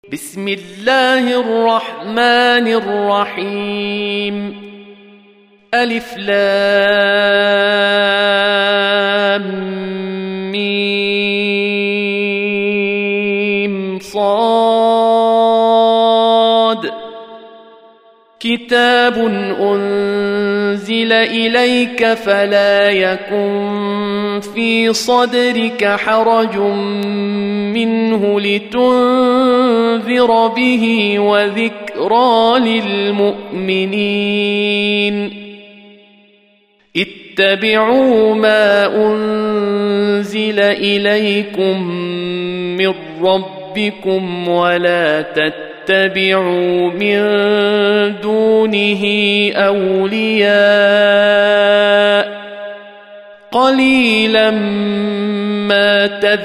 بسم الله الرحمن الرحيم ألف لام ميم صاد كتاب أنزل إليك فلا يكن في صدرك حرج منه لتنذر به وذكرى للمؤمنين اتبعوا ما أنزل إليكم من ربكم ولا تتبعوا من دونه أولياء قليلا ما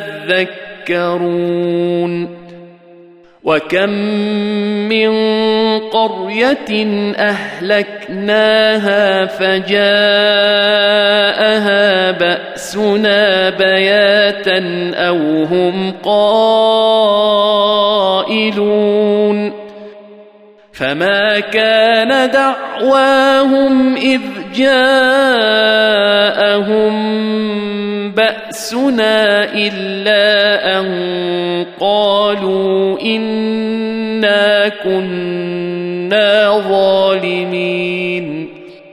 تذكرون وكم من قرية أهلكناها فجاءها بأسنا بياتا أو هم قائلون فما كان دعواهم إذ جاءهم بأسنا إلا أن قالوا إنا كنا ظالمين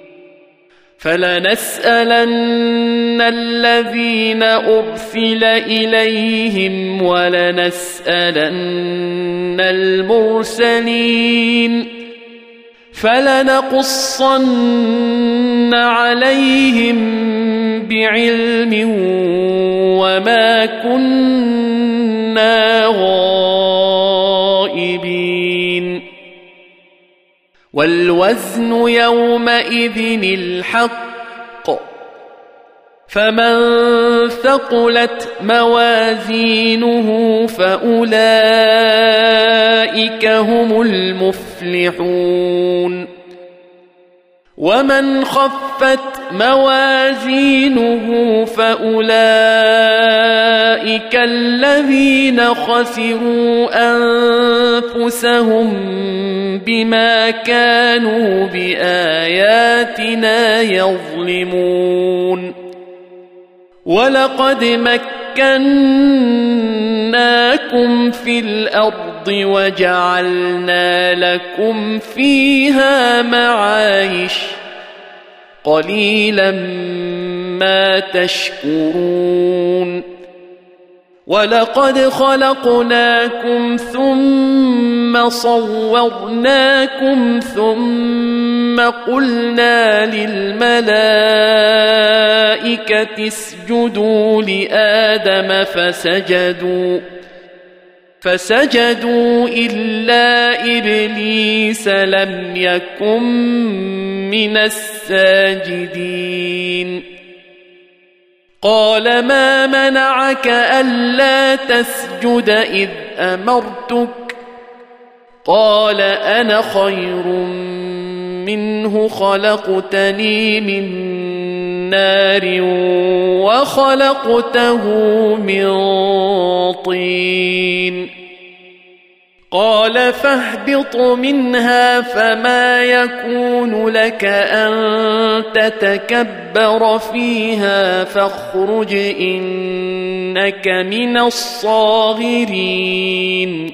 فلنسألن الذين أرسل إليهم ولنسألن المرسلين فلنقصن عليهم بعلم وما كنا غائبين والوزن يومئذ الحق فمن ثقلت موازينه فأولئك هم المفلحون ومن خفت موازينه فأولئك الذين خسروا أنفسهم بما كانوا بآياتنا يظلمون ولقد مكناكم في الأرض وجعلنا لكم فيها معايش قليلا ما تشكرون ولقد خلقناكم ثم صورناكم ثم قلنا للملائكة اسجدوا لآدم فسجدوا إلا إبليس لم يكن من الساجدين قال ما منعك ألا تسجد إذ أمرتك قال أنا خير منه خلقتني من نار وخلقته من طين قال فاهبط منها فما يكون لك أن تتكبر فيها فاخرج إنك من الصاغرين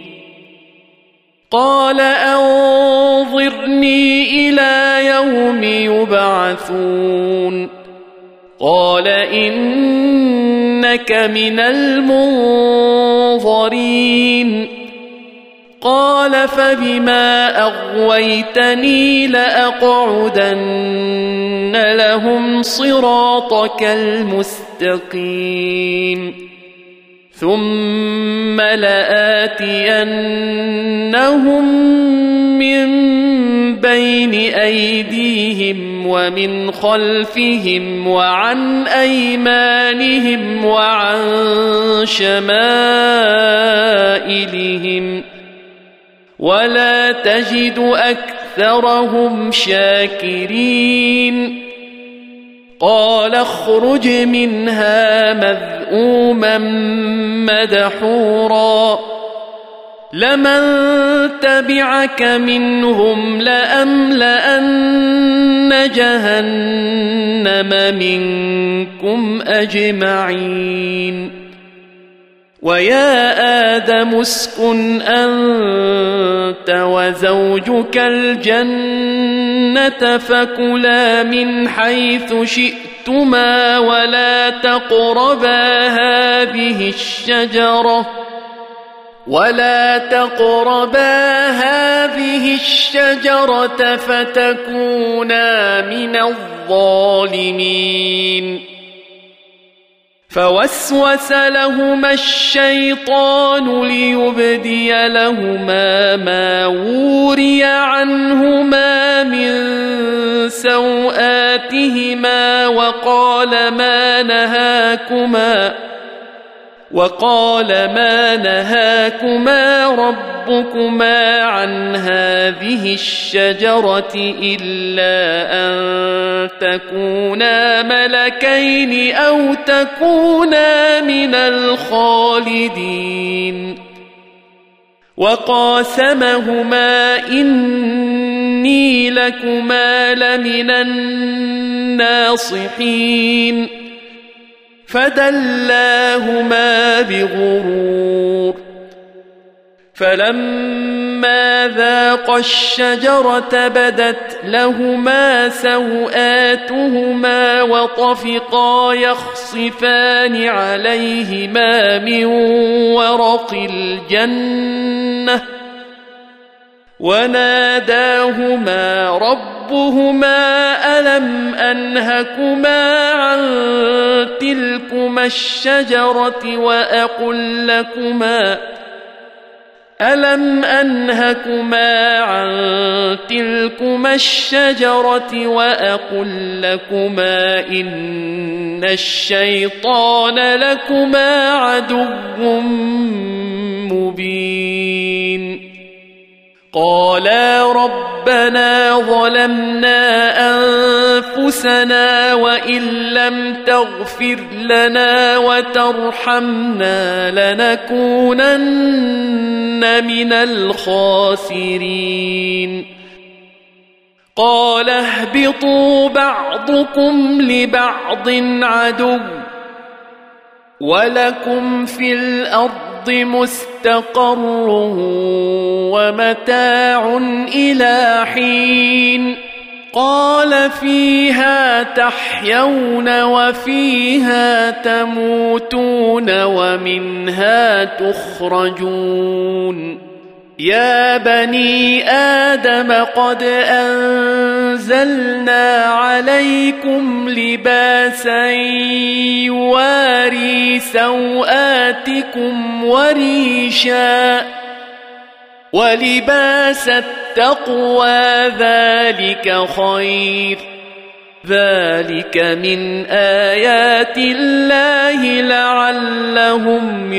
قال أنظرني إلى يوم يبعثون قال إنك من المنظرين قال فبما أغويتني لأقعدن لهم صراطك المستقيم ثم لآتينهم من بين أيديهم ومن خلفهم وعن أيمانهم وعن شمائلهم ولا تجد أكثرهم شاكرين قال اخرج منها مذءوما مدحورا لمن تبعك منهم لأملأن جهنم منكم أجمعين ويا آدم اسكن أنت وزوجك الجنة فكلا من حيث شئتما ولا تقربا هذه الشجرة فتكونا من الظالمين فوسوس لهما الشيطان ليبدي لهما ما وري عنهما من سوآتهما وقال ما نهاكما ربكما عن هذه الشجرة إلا أن تكونا ملكين أو تكونا من الخالدين وقاسمهما إني لكما لمن الناصحين فدلاهما بغرور فلما ذاقا الشجرة بدت لهما سوآتهما وطفقا يخصفان عليهما من ورق الجنة وناداهما ربهما ألم أنهكما عن تلكما الشجرة وأقل لكما إن الشيطان لكما عدو مبين قالا ربنا ظلمنا أنفسنا وإن لم تغفر لنا وترحمنا لنكونن من الخاسرين قال اهبطوا بعضكم لبعض عدو ولكم في الأرض مستقر ومتاع إلى حين قال فيها تحيون وفيها تموتون ومنها تخرجون يا بني آدم قد أنزلنا عليكم لباسا يواري سوآتكم وريشا ولباس التقوى ذلك خير ذلك من آيات الله لعلهم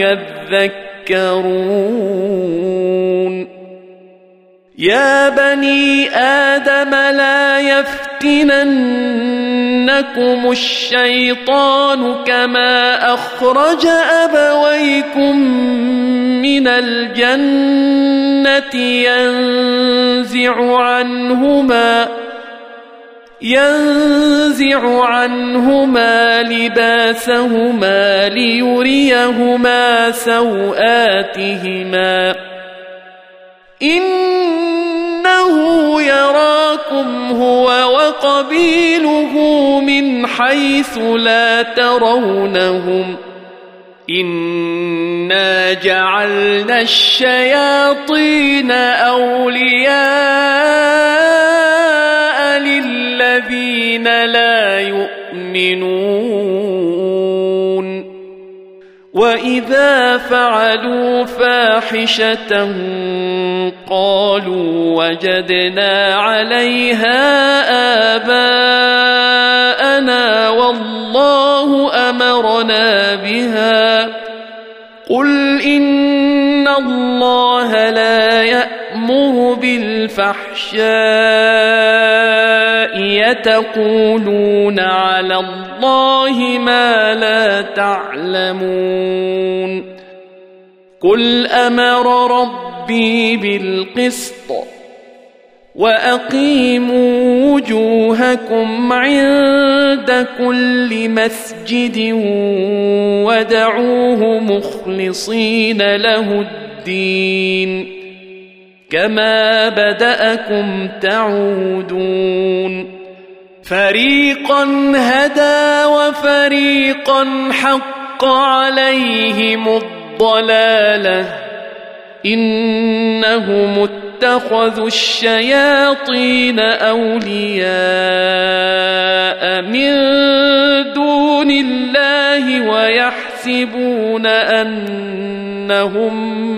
يذكرون يا بني آدم لا يفتننكم الشيطان كما أخرج أبويكم من الجنة ينزع عنهما لباسهما ليريهما سوآتهما إنه يراكم هو وقبيله من حيث لا ترونهم إنا جعلنا الشياطين أولياء للذين لا يؤمنون وإذا فعلوا فاحشة قالوا وجدنا عليها آباءنا والله أمرنا بها قل إن الله لا يأمر بالفحشاء يتقولون على الله ما لا تعلمون قل أمر ربي بالقسط وأقيموا وجوهكم عند كل مسجد ودعوه مخلصين له الدين كما بدأكم تعودون فريقا هدى وفريقا حق عليهم الضلالة إنهم اتخذوا الشياطين أولياء من دون الله ويحسبون أنهم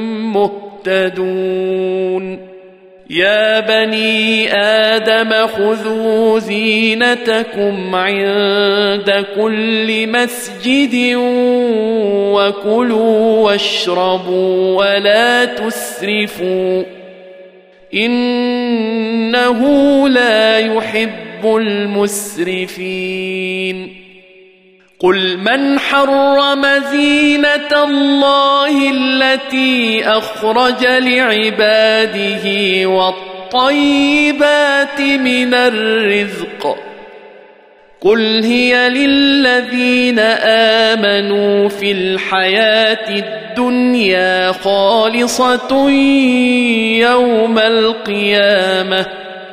مهتدون يا بني آدم خذوا زينتكم عند كل مسجد وكلوا واشربوا ولا تسرفوا إنه لا يحب المسرفين قل من حرم زينة الله التي أخرج لعباده والطيبات من الرزق قل هي للذين آمنوا في الحياة الدنيا خالصة يوم القيامة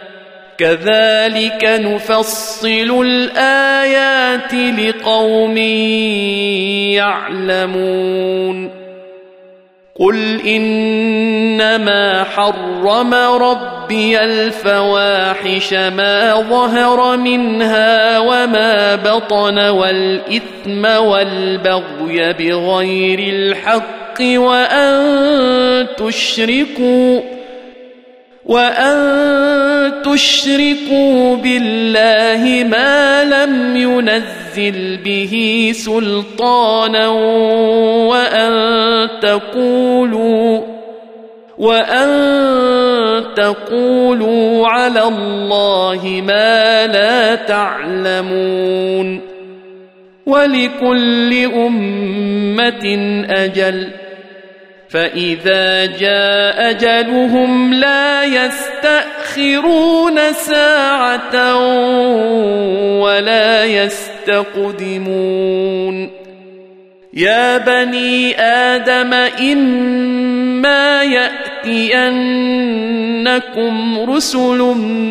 كذلك نفصل الآيات لقوم يعلمون قل إنما حرم ربي الفواحش ما ظهر منها وما بطن والإثم والبغي بغير الحق وأن تشركوا بالله ما لم ينزل به سلطانا وأن تقولوا على الله ما لا تعلمون ولكل أمة أجل فإذا جاء أجلهم لا يستأخرون ساعة ولا يستقدمون يا بني آدم إما يأتينكم رسل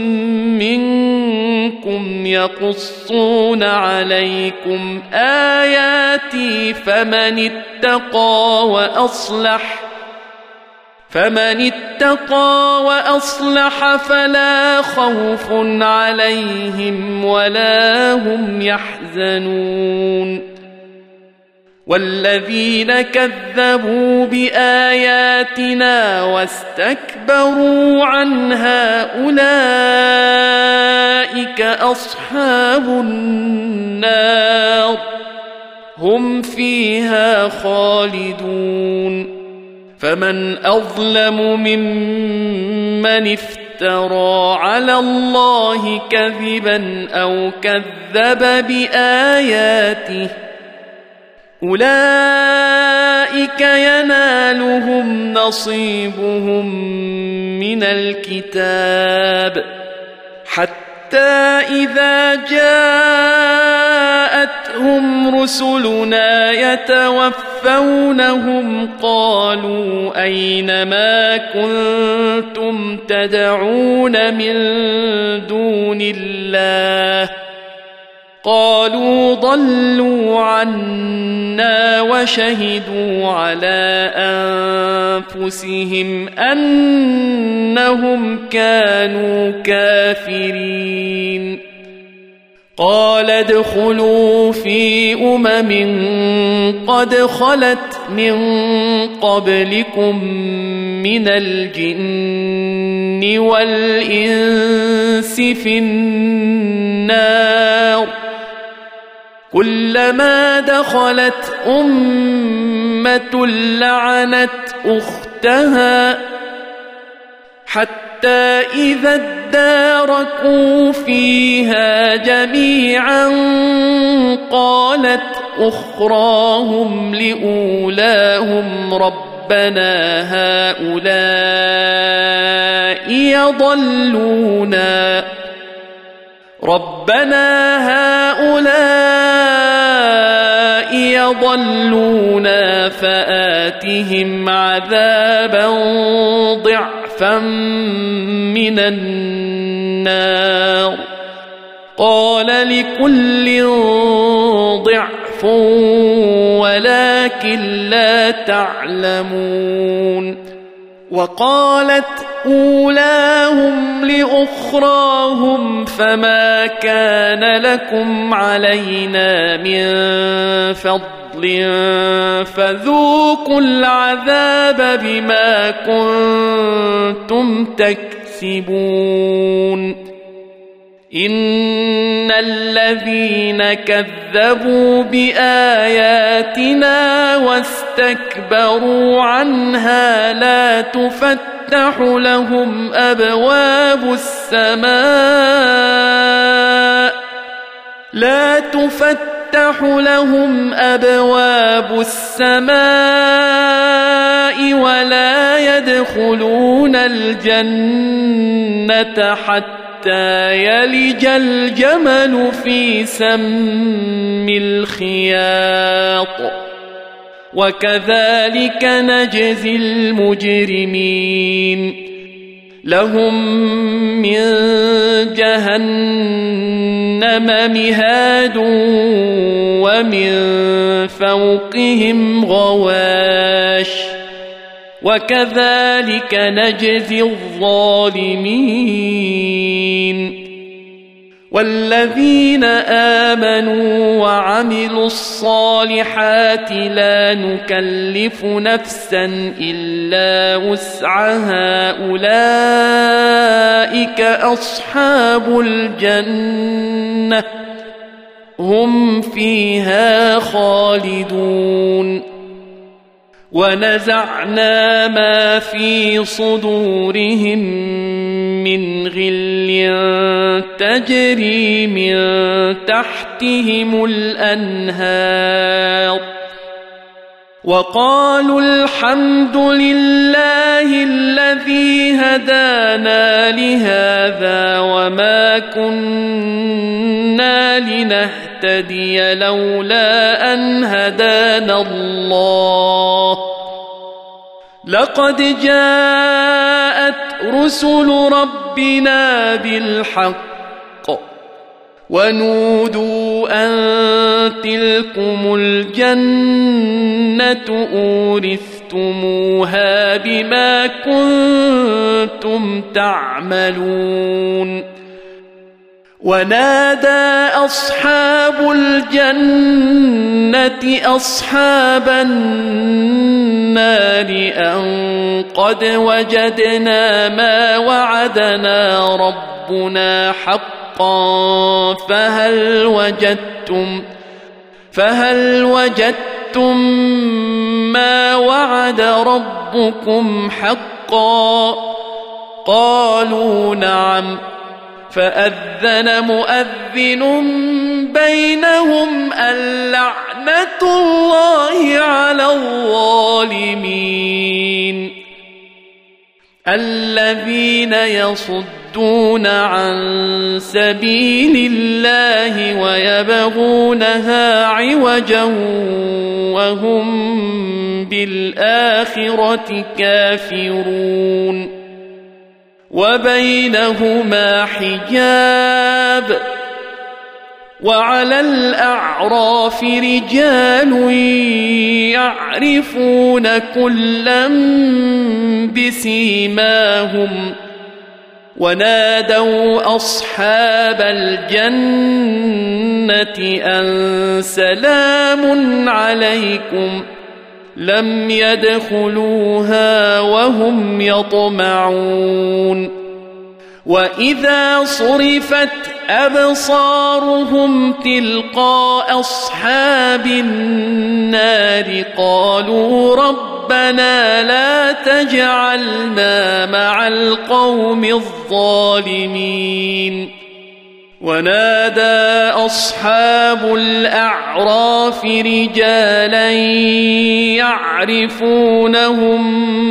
منكم يقصون عليكم آياتي فمن اتقى وأصلح فلا خوف عليهم ولا هم يحزنون والذين كذبوا بآياتنا واستكبروا عنها أولئك أصحاب النار هم فيها خالدون فمن أظلم ممن افترى على الله كذبا أو كذب بآياته أولئك ينالهم نصيبهم من الكتاب حتى إذا جاءتهم رسلنا يتوفونهم قالوا أين ما كنتم تدعون من دون الله قالوا ضلوا عنا وشهدوا على أنفسهم أنهم كانوا كافرين قال ادخلوا في قد خلت من قبلكم من الجن والإنس في النار كلما دخلت أمة لعنت أختها حتى إذا اداركوا فيها جميعا قالت أخراهم لأولاهم ربنا هؤلاء يضلونا فآتهم عذابا ضعفا من النار قال لكل ضعف ولكن لا تعلمون وقالت أولاهم لأخراهم فما كان لكم علينا من فضل فذوقوا العذاب بما كنتم تكسبون إن الذين كذبوا بآياتنا واستكبروا عنها لا تفتح لهم أبواب السماء ولا يدخلون الجنة حتى يلج الجمل في سم الخياط وكذلك نجزي المجرمين لهم من جهنم مهاد ومن فوقهم غواش وكذلك نجزي الظالمين والذين آمنوا وعملوا الصالحات لا نكلف نفسا إلا وسعها أولئك أصحاب الجنة هم فيها خالدون ونزعنا ما في صدورهم من غل تجري من تحتهم الأنهار وقالوا الحمد لله الذي هدانا لهذا وما كنا لنهتدي لولا أن هدانا الله لقد جاءت رسل ربنا بالحق ونودوا أن تلكم الجنة أورثتموها بما كنتم تعملون ونادى أصحاب الجنة أصحاب النار أن قد وجدنا ما وعدنا ربنا حقا فهل وجدتم ما وعد ربكم حقا قالوا نعم فأذن مؤذن بينهم اللعنة الله على الظالمين الذين يصدون عن سبيل الله ويبغونها عوجا وهم بالآخرة كافرون وبينهما حجاب وعلى الأعراف رجال يعرفون كلا بسيماهم ونادوا أصحاب الجنة أن سلام عليكم لم يدخلوها وهم يطمعون وإذا صرفت أبصارهم تلقاء أصحاب النار قالوا ربنا لا تجعلنا مع القوم الظالمين ونادى أصحاب الأعراف رجالا يعرفونهم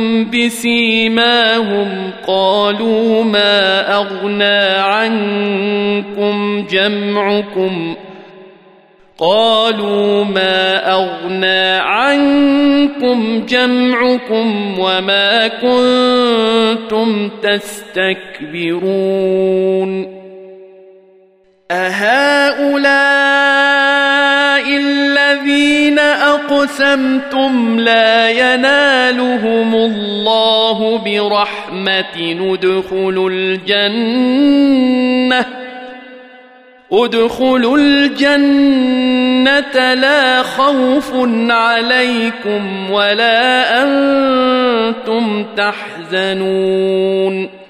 بسيماهم قالوا ما أغنى عنكم جمعكم وما كنتم تستكبرون أهؤلاء الذين أقسمتم لا ينالهم الله برحمة ادخلوا الجنة لا خوف عليكم ولا أنتم تحزنون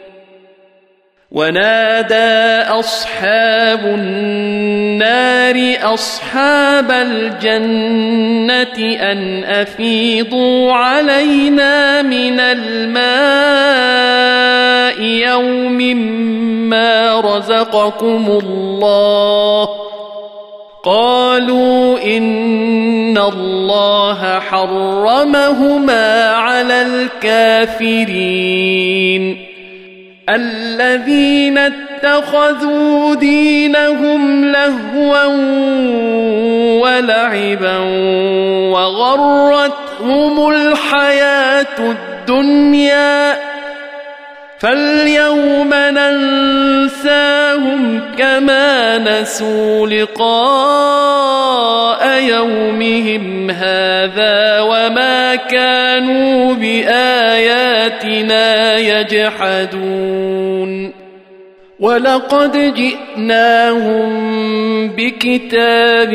ونادى أصحاب النار أصحاب الجنة أن أفيضوا علينا من الماء يوم ما رزقكم الله قالوا إن الله حرمهما على الكافرين الذين اتخذوا دينهم لهوا ولعبا وغرتهم الحياة الدنيا فاليوم ننساهم كما نسوا لقاء يومهم هذا وما كانوا بآياتنا يجحدون ولقد جئناهم بكتاب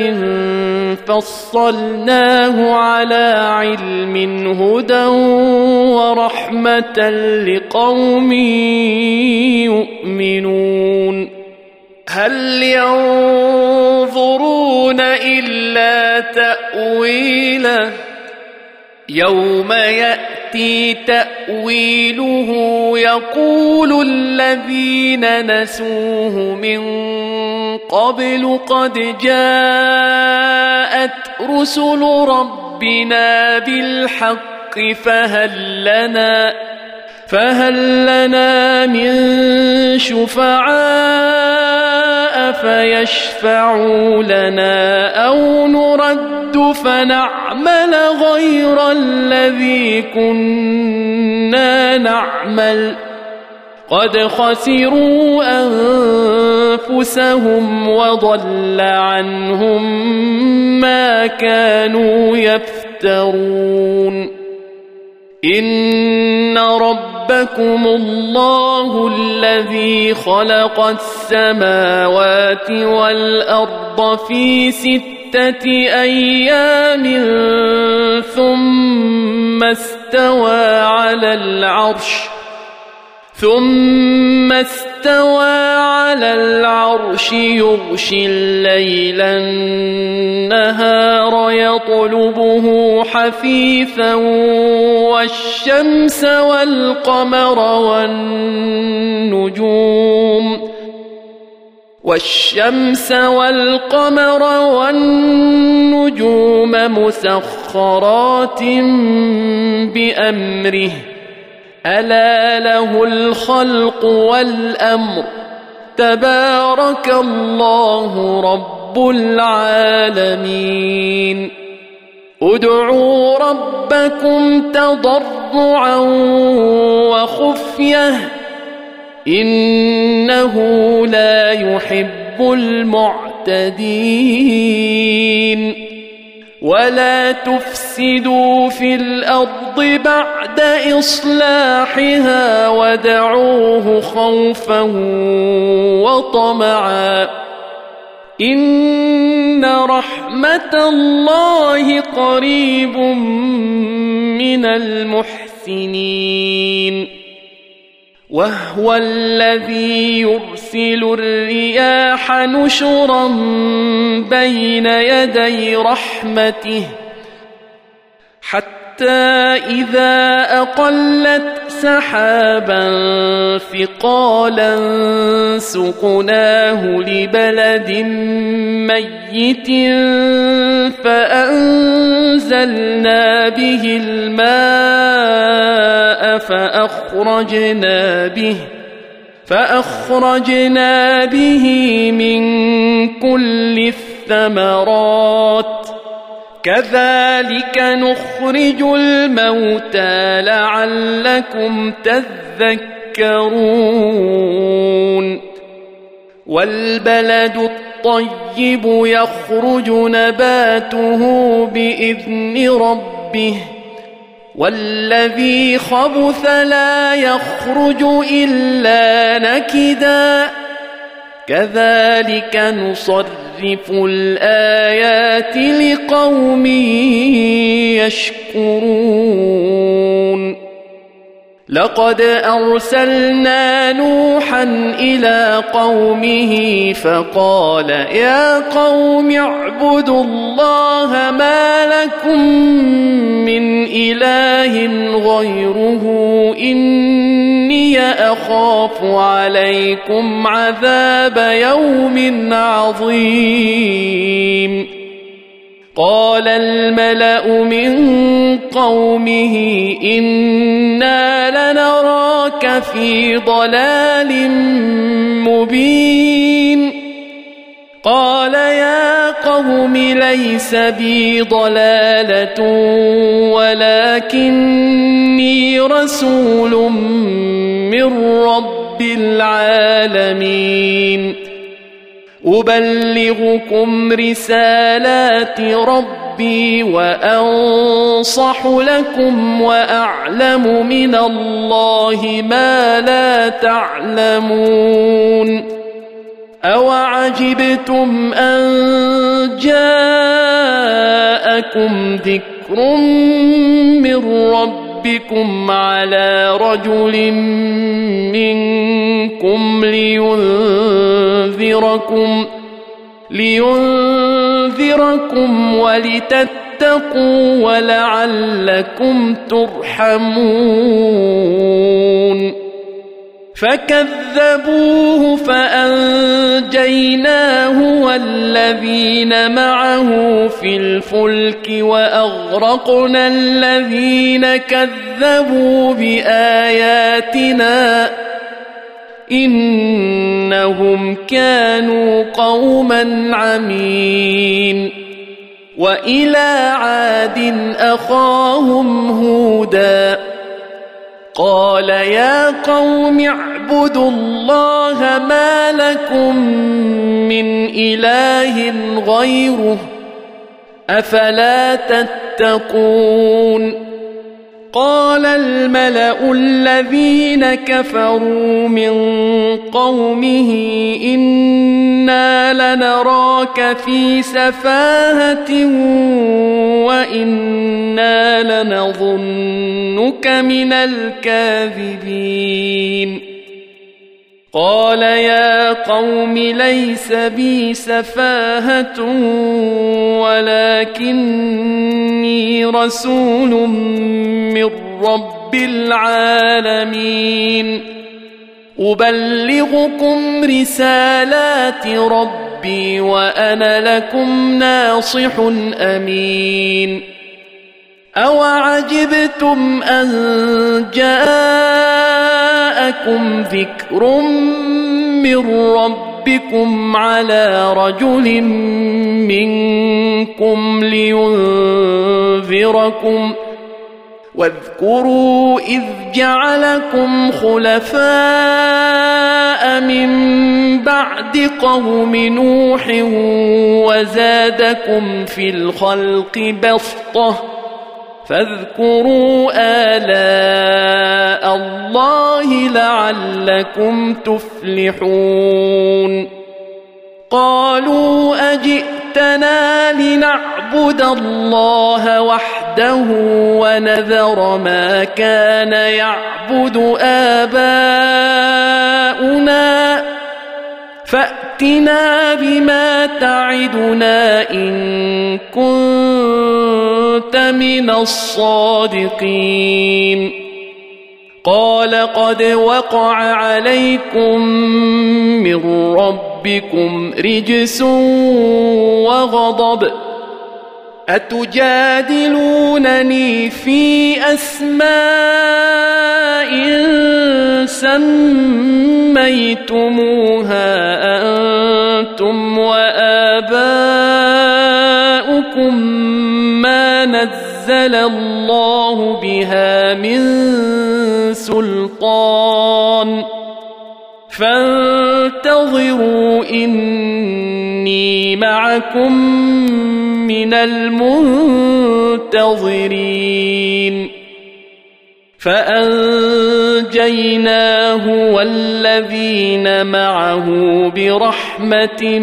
فصلناه على علم هدى ورحمة لقوم يؤمنون هل ينظرون إلا تأويله يوم يأتي تأويله يقول الذين نسوه من قبل قد جاءت رسل ربنا بالحق فهل لنا من شفعاء فيشفعوا لنا أو نرد فنعمل غير الذي كنا نعمل قد خسروا أنفسهم وضل عنهم ما كانوا يفترون إن ربكم الله الذي خلق السماوات والأرض في 6 أيام ثم استوى على العرش يغشي الليل النهار يطلبه حثيثا والشمس والقمر والنجوم مسخرات بأمره ألا له الخلق والأمر تبارك الله رب العالمين ادعوا ربكم تضرعا وخفية إنه لا يحب المعتدين ولا تفسدوا في الأرض بعد إصلاحها ودعوه خوفا وطمعا إن رحمة الله قريب من المحسنين وهو الذي يرسل الرياح نشرا بين يدي رحمته حتى إذا أقلت سحابا ثقالا سقناه لبلد ميت فأنزلنا به الماء فأخرجنا به من كل الثمرات كذلك نخرج الموتى لعلكم تذكرون والبلد الطيب يخرج نباته بإذن ربه والذي خبث لا يخرج إلا نكدا كذلك نصرف الآيات لقوم يشكرون لقد أرسلنا نوحا إلى قومه فقال يا قوم اعبدوا الله ما لكم من إله غيره إني أخاف عليكم عذاب يوم عظيم قال الملأ من قومه إنا لنراك في ضلال مبين قال يا قوم ليس بي ضلالة ولكني رسول من رب العالمين أبلغكم رسالات ربي وأنصح لكم وأعلم من الله ما لا تعلمون أوعجبتم أن جاءكم ذكر من ربكم على رجل منكم لينذركم ولتتقوا ولعلكم ترحمون فكذبوه فأنجيناه والذين معه في الفلك وأغرقنا الذين كذبوا بآياتنا إنهم كانوا قوما عمين وإلى عاد أخاهم هودا قال يا قوم اعبدوا الله ما لكم من إله غيره أفلا تتقون قال الملأ الذين كفروا من قومه إنا لنراك في سفاهة وإنا لنظنك من الكاذبين قال يا قوم ليس بي سفاهة ولكني رسول من رب العالمين أبلغكم رسالات ربي وأنا لكم ناصح أمين أوعجبتم أن جاءكم ذكر من ربكم على رجل منكم لينذركم واذكروا إذ جعلكم خلفاء من بعد قوم نوح وزادكم في الخلق بسطة فاذكروا آلاء الله لعلكم تفلحون قالوا أجئتنا لنعبد الله وحده ونذر ما كان يعبد آباؤنا فأتنا بما تعدنا إن كنت من الصادقين قال قد وقع عليكم من ربكم رجس وغضب أتجادلونني في أسماء سميتموها أنتم وآباؤكم ما نزل الله بها من سلطان فانتظروا إني معكم من المنتظرين فأنجيناه والذين معه برحمة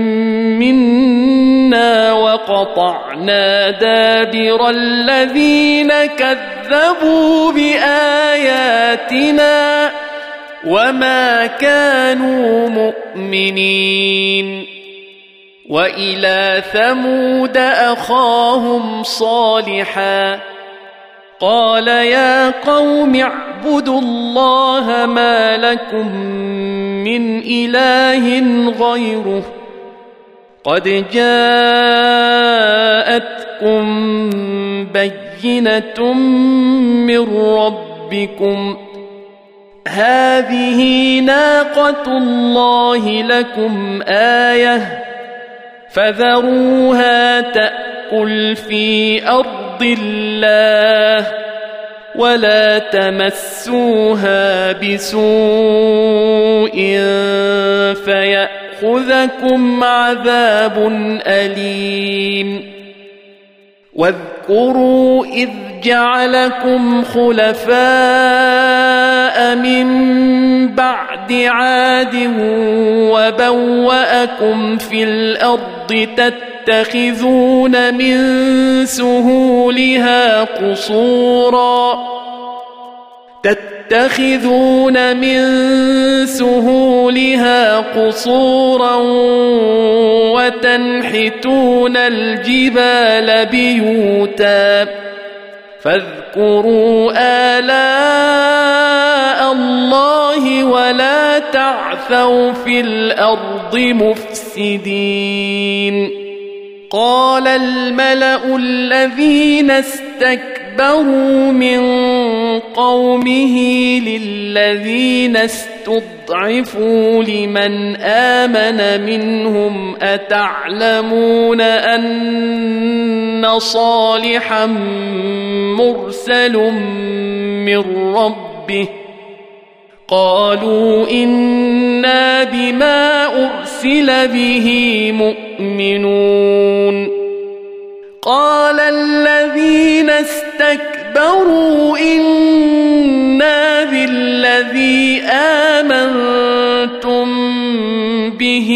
منا وقطعنا دابر الذين كذبوا بآياتنا وما كانوا مؤمنين وإلى ثمود أخاهم صالحا قال يا قوم اعبدوا الله ما لكم من إله غيره قد جاءتكم بينة من ربكم هذه ناقة الله لكم آية فذروها تأكل في أرض الله ولا تمسوها بسوء فيأخذكم عذاب أليم واذكروا إذ جعلكم خلفاء من بعد عاد وبوأكم في الأرض تتخذون من سهولها قصورا وتنحتون الجبال بيوتا فاذكروا آلاء الله ولا تعثوا في الأرض مفسدين قال الملأ الذين استكبروا من قومه للذين استضعفوا لمن آمن منهم أتعلمون أن صالحا مرسل من ربه قالوا إنا بما أرسل به مؤمنون قال الذين استكبروا إنا بالذي آمنتم به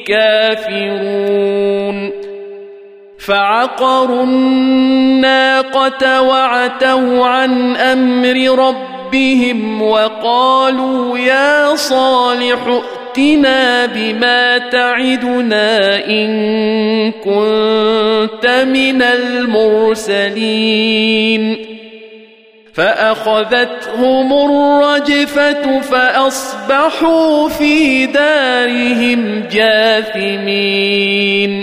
كافرون فعقروا الناقة وعتوا عن أمر ربهم وقالوا يا صالح ائتنا بما تعدنا إن كنت من المرسلين فأخذتهم الرجفة فأصبحوا في دارهم جاثمين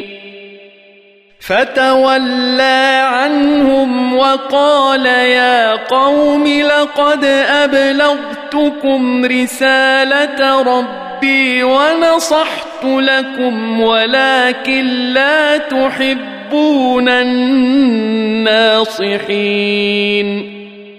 فتولى عنهم وقال يا قوم لقد أبلغتكم رسالة ربي ونصحت لكم ولكن لا تحبون الناصحين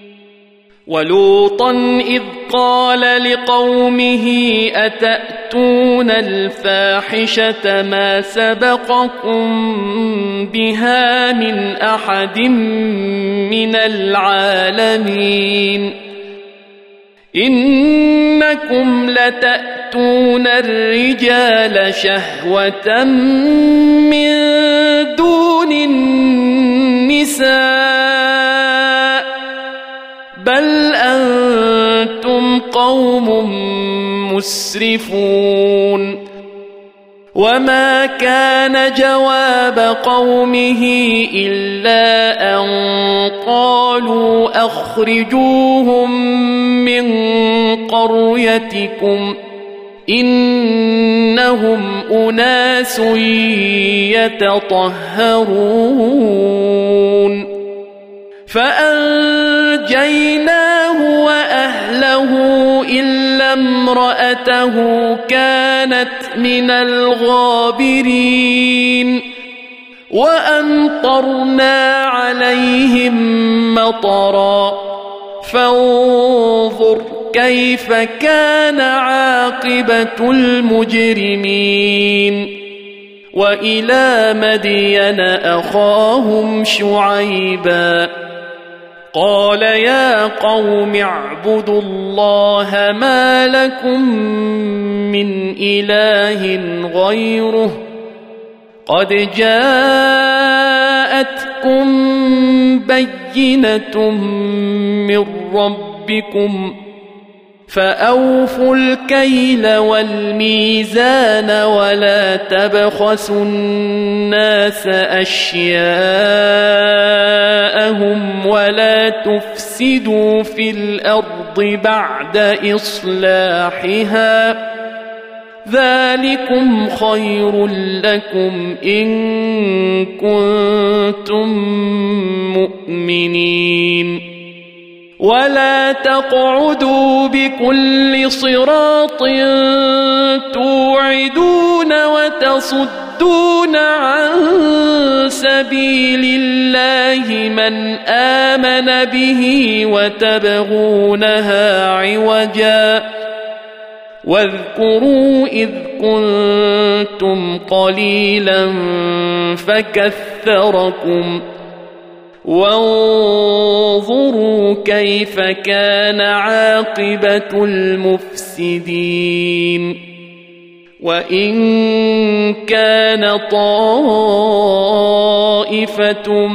ولوطا إذ قال لقومه أتأتون الفاحشة ما سبقكم بها من أحد من العالمين إنكم لتأتون الرجال شهوة من دون النساء بل أنتم قوم مسرفون وما كان جواب قومه إلا أن قالوا أخرجوهم من قريتكم إنهم أناس يتطهرون فأنجيناه وأهله إلا امرأته كانت من الغابرين وأمطرنا عليهم مطرا فانظر كيف كان عاقبة المجرمين وإلى مدين أخاهم شعيبا قال يا قوم اعبدوا الله ما لكم من إله غيره قد جاءتكم بينة من ربكم فأوفوا الكيل والميزان ولا تبخسوا الناس أشياءهم ولا تفسدوا في الأرض بعد إصلاحها ذلكم خير لكم إن كنتم مؤمنين ولا تقعدوا بكل صراط توعدون وتصدون عن سبيل الله من آمن به وتبغونها عوجا واذكروا إذ كنتم قليلا فكثركم وانظروا كيف كان عاقبة المفسدين وإن كان طائفة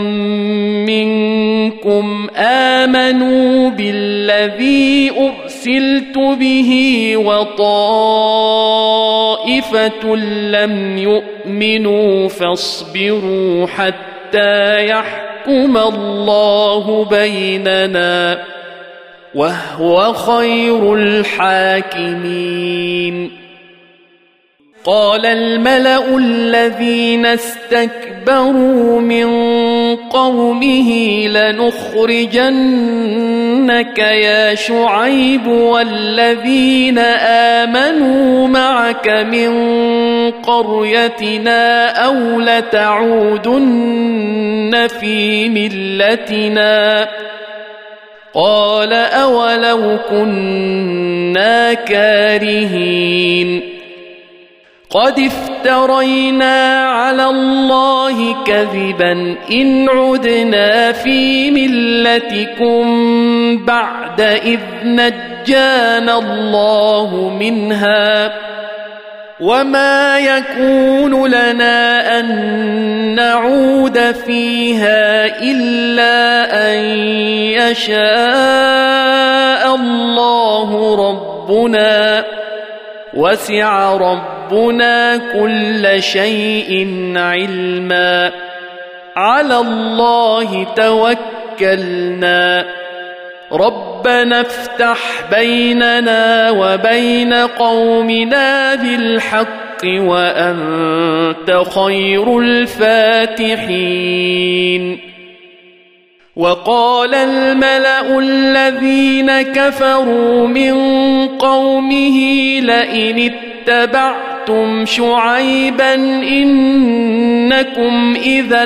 منكم آمنوا بالذي أرسلت به وطائفة لم يؤمنوا فاصبروا حتى يحكم الله بيننا وهو خير الحاكمين قال الملأ الذين استكبروا من قومه لنخرجنك يا شعيب والذين آمنوا معك من قريتنا أو لتعودن في ملتنا قال أولو كنا كارهين قد افترينا على الله كذبا إن عدنا في ملتكم بعد إذ نجانا الله منها وما يكون لنا أن نعود فيها إلا أن يشاء الله ربنا وسع ربنا كل شيء علما على الله توكلنا ربنا افتح بيننا وبين قومنا بالحق وأنت خير الفاتحين وقال الملأ الذين كفروا من قومه لئن اتبعتم شعيبا إنكم إذا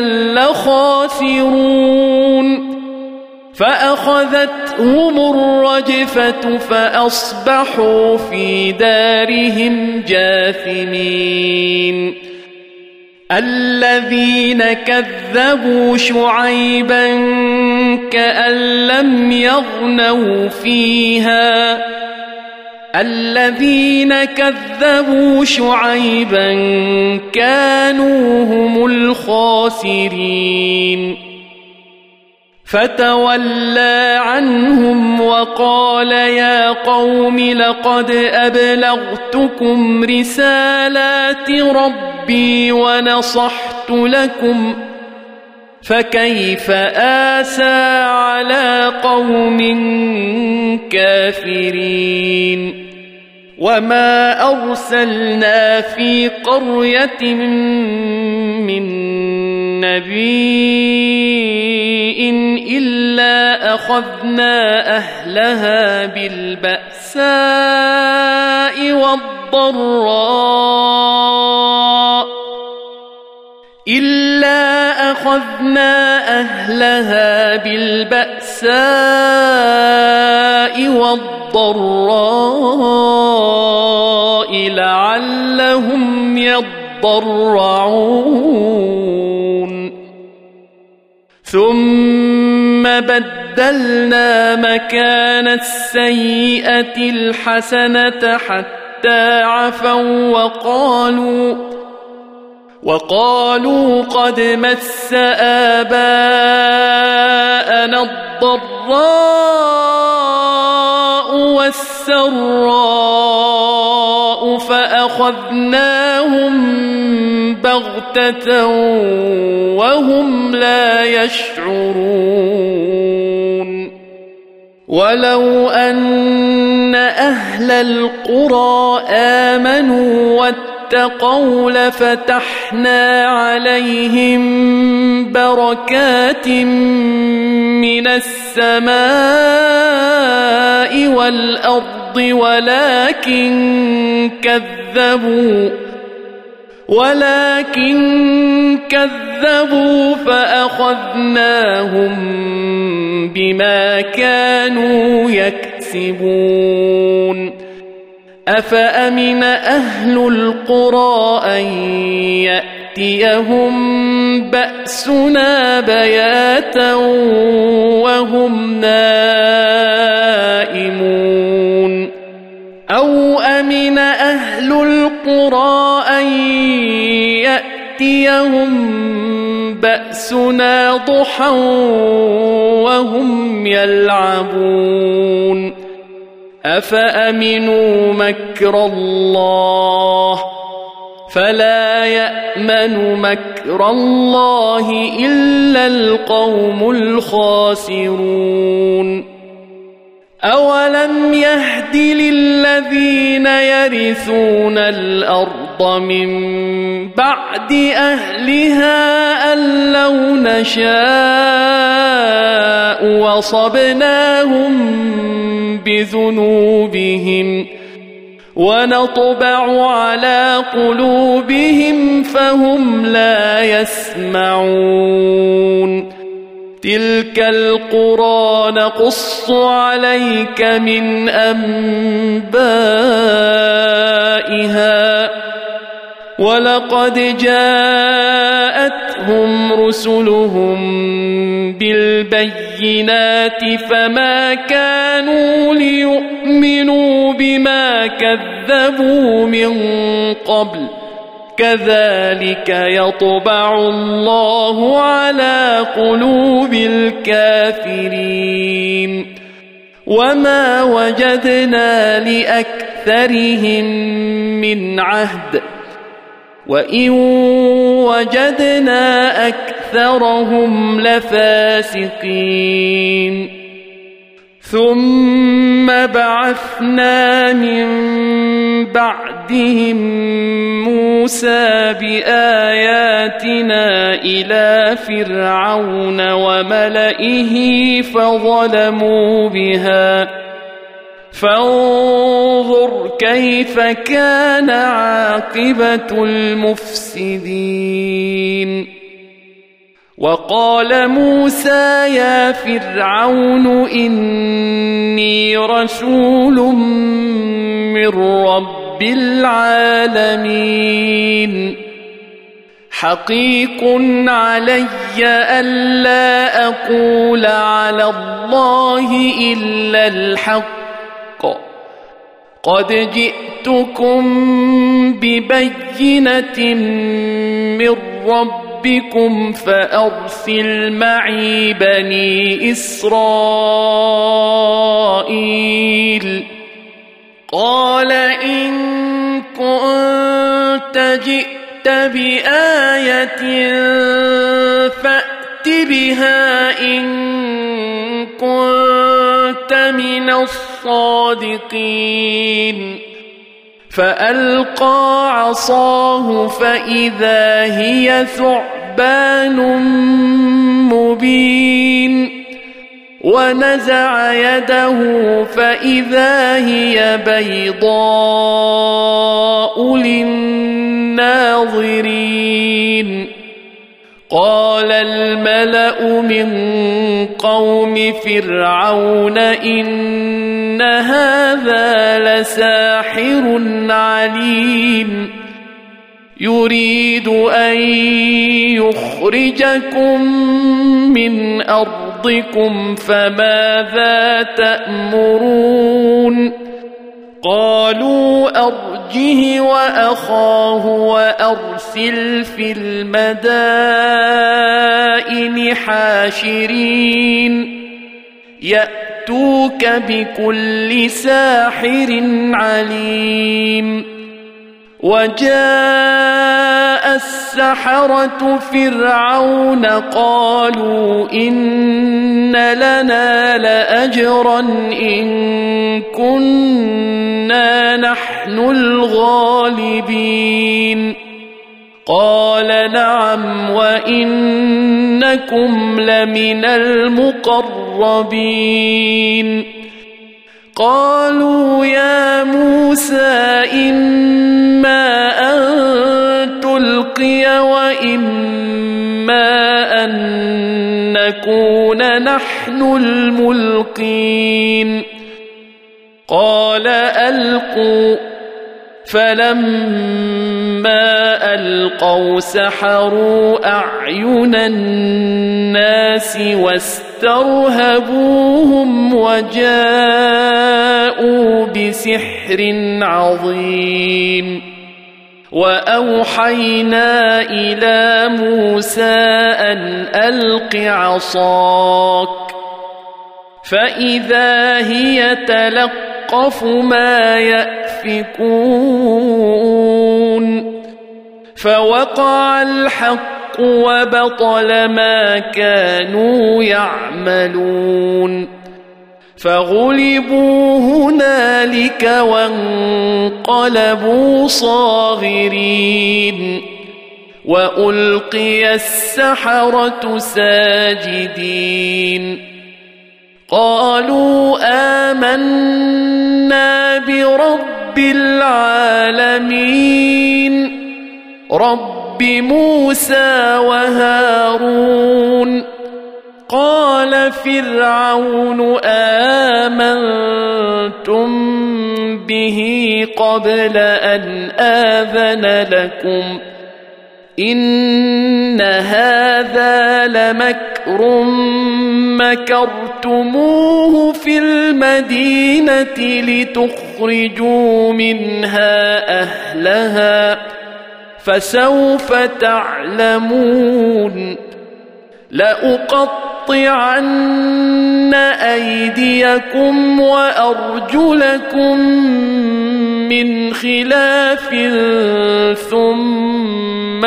لخاسرون فأخذتهم الرجفة فأصبحوا في دارهم جاثمين الذين كذبوا شعيبا كأن لم يغنوا فيها الذين كذبوا شعيبا كانوا هم الخاسرين فتولى عنهم وقال يا قوم لقد أبلغتكم رسالات ربي ونصحت لكم فكيف آسى على قوم كافرين وما أرسلنا في قرية من نبي إلا أخذنا أهلها بالبأساء والضراء لعلهم يضرعون ثم بدلنا مكان السيئة الحسنة حتى عفوا وقالوا قد مس آباءنا الضراء والسراء فأخذناهم بغتة وهم لا يشعرون ولو أن أهل القرى آمنوا واتقوا لفتحنا عليهم بركات من السماء والأرض ولكن كذبوا فأخذناهم بما كانوا يكسبون أفأمن أهل القرى أن يأتيهم بأسنا بياتا وهم نائمون أو أمن أهل القرى أن يأتيهم بأسنا ضحى وهم يلعبون أفأمنوا مكر الله فلا يأمن مكر الله إلا القوم الخاسرون أولم يهد للذين يرثون الأرض من بعد أهلها أن لو نشاء وصبناهم بذنوبهم ونطبع على قلوبهم فهم لا يسمعون تلك القرى نقص عليك من أنبائها ولقد جاءتهم رسلهم بالبينات فما كانوا ليؤمنوا بما كذبوا من قبل كذلك يطبع الله على قلوب الكافرين وما وجدنا لأكثرهم من عهد وإن وجدنا أكثرهم لفاسقين ثم بعثنا من بعدهم موسى بآياتنا إلى فرعون وملئه فظلموا بها فانظر كيف كان عاقبة المفسدين وقال موسى يا فرعون إني رسول من رب العالمين حقيق علي ألا أقول على الله إلا الحق قد جئتكم ببينة من ربكم فأرسل معي بني إسرائيل قال إن كنت جئت بآية فأت بها إن كنت من الصادقين فألقى عصاه فإذا هي ثعبان مبين ونزع يده فإذا هي بيضاء للناظرين قال الملأ من قوم فرعون إن هذا لساحر عليم يريد أن يخرجكم من أرضكم فماذا تأمرون قالوا أرجه وأخاه وأرسل في المدائن حاشرين يأتوك بكل ساحر عليم وجاء السحرة فرعون قالوا إن لنا لأجرا إن كنا نحن الغالبين قال نعم وإنكم لمن المقربين قالوا يا موسى إما أن تلقي وإما أن نكون نحن الملقين قال ألقوا فلما ألقوا سحروا أعين الناس واسترهبوهم وجاءوا بسحر عظيم وأوحينا إلى موسى أن ألق عصاك فإذا هي تلقف ما يأفكون فوقع الحق وبطل ما كانوا يعملون فغلبوا هنالك وانقلبوا صاغرين وألقي السحرة ساجدين قالوا آمنا برب العالمين رب موسى وهارون قال فرعون آمنتم به قبل أن آذن لكم إن هذا لمكر مكرتموه في المدينة لتخرجوا منها أهلها فسوف تعلمون لأقطعن أيديكم وأرجلكم من خلاف ثم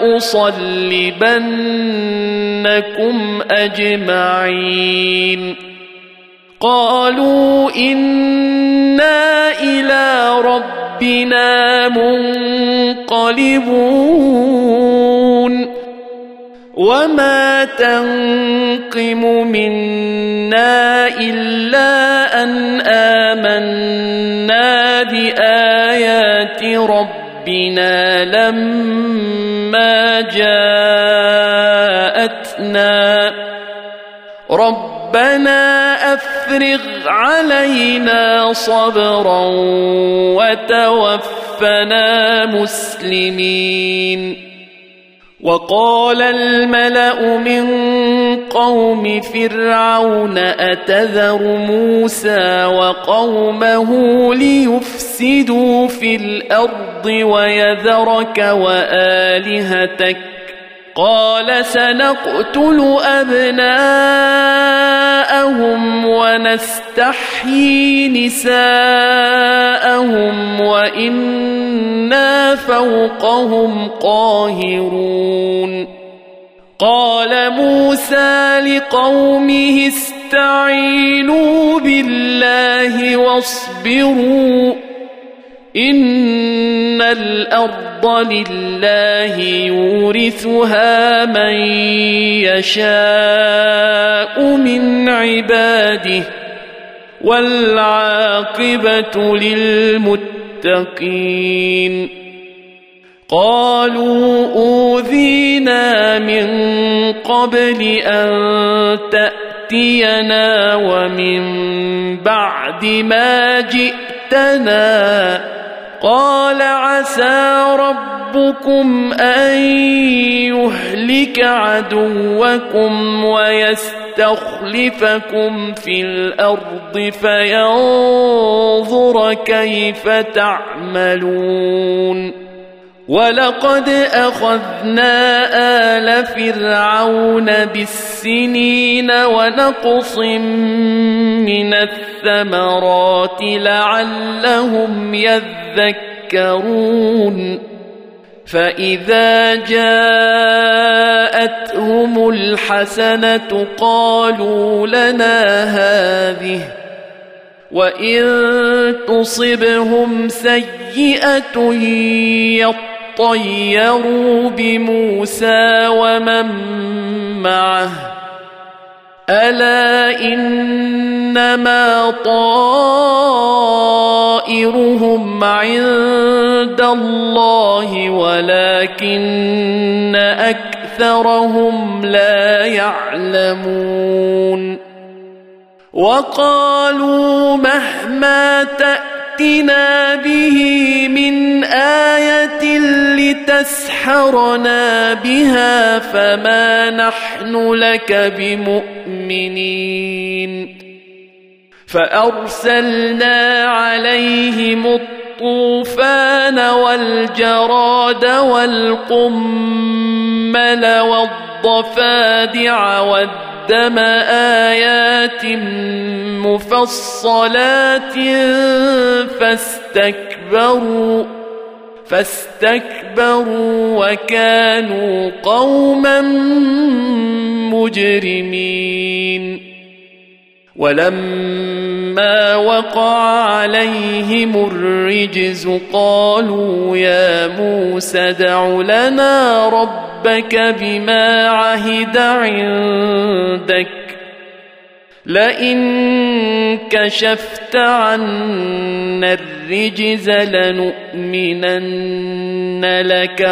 لأصلبنكم أجمعين قالوا إنا إلى ربنا منقلبون وما تنقم منا إلا أن آمنا بآيات ربنا لما جاءتنا ربنا أفرغ علينا صبرا وتوفنا مسلمين وقال الملأ من قوم فرعون أتذر موسى وقومه ليفسدوا في الأرض ويذرك وآلهتك قال سنقتل أبناءهم ونستحيي نساءهم وإنا فوقهم قاهرون قال موسى لقومه استعينوا بالله واصبروا إن الأرض لله يورثها من يشاء من عباده والعاقبة للمتقين قالوا أوذينا من قبل أن تأتينا ومن بعد ما جئتنا قال عسى ربكم أن يهلك عدوكم ويستخلفكم في الأرض فينظر كيف تعملون ولقد أخذنا آل فرعون بالسنين ونقص من الثمرات لعلهم يذكرون فإذا جاءتهم الحسنة قالوا لنا هذه وإن تصبهم سيئة يطيروا بموسى ومن معه ألا إنما طائرهم عند الله ولكن أكثرهم لا يعلمون وقالوا مهما تأتنا به من آية لتسحرنا بها فما نحن لك بمؤمنين فأرسلنا عليهم الطوفان والجراد والقمل والضفادع والدم آيات مفصلات فاستكبروا وكانوا قوما مجرمين ولما وقع عليهم الرجز قالوا يا موسى ادع لنا ربك بما عهد عندك لئن كشفت عنا الرجز لنؤمنن لك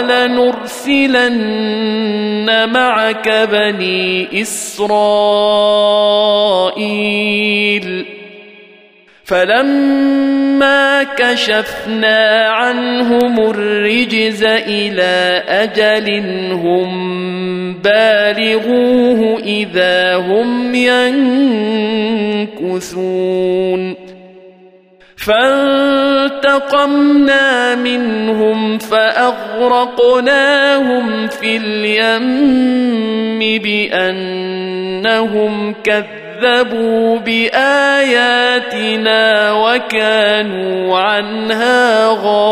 ولنرسلن معك بني إسرائيل فلما كشفنا عنهم الرجز إلى أجل هم بالغوه إذا هم ينكثون فانتقمنا منهم فأغرقناهم في اليم بأنهم كذبوا بآياتنا وكانوا عنها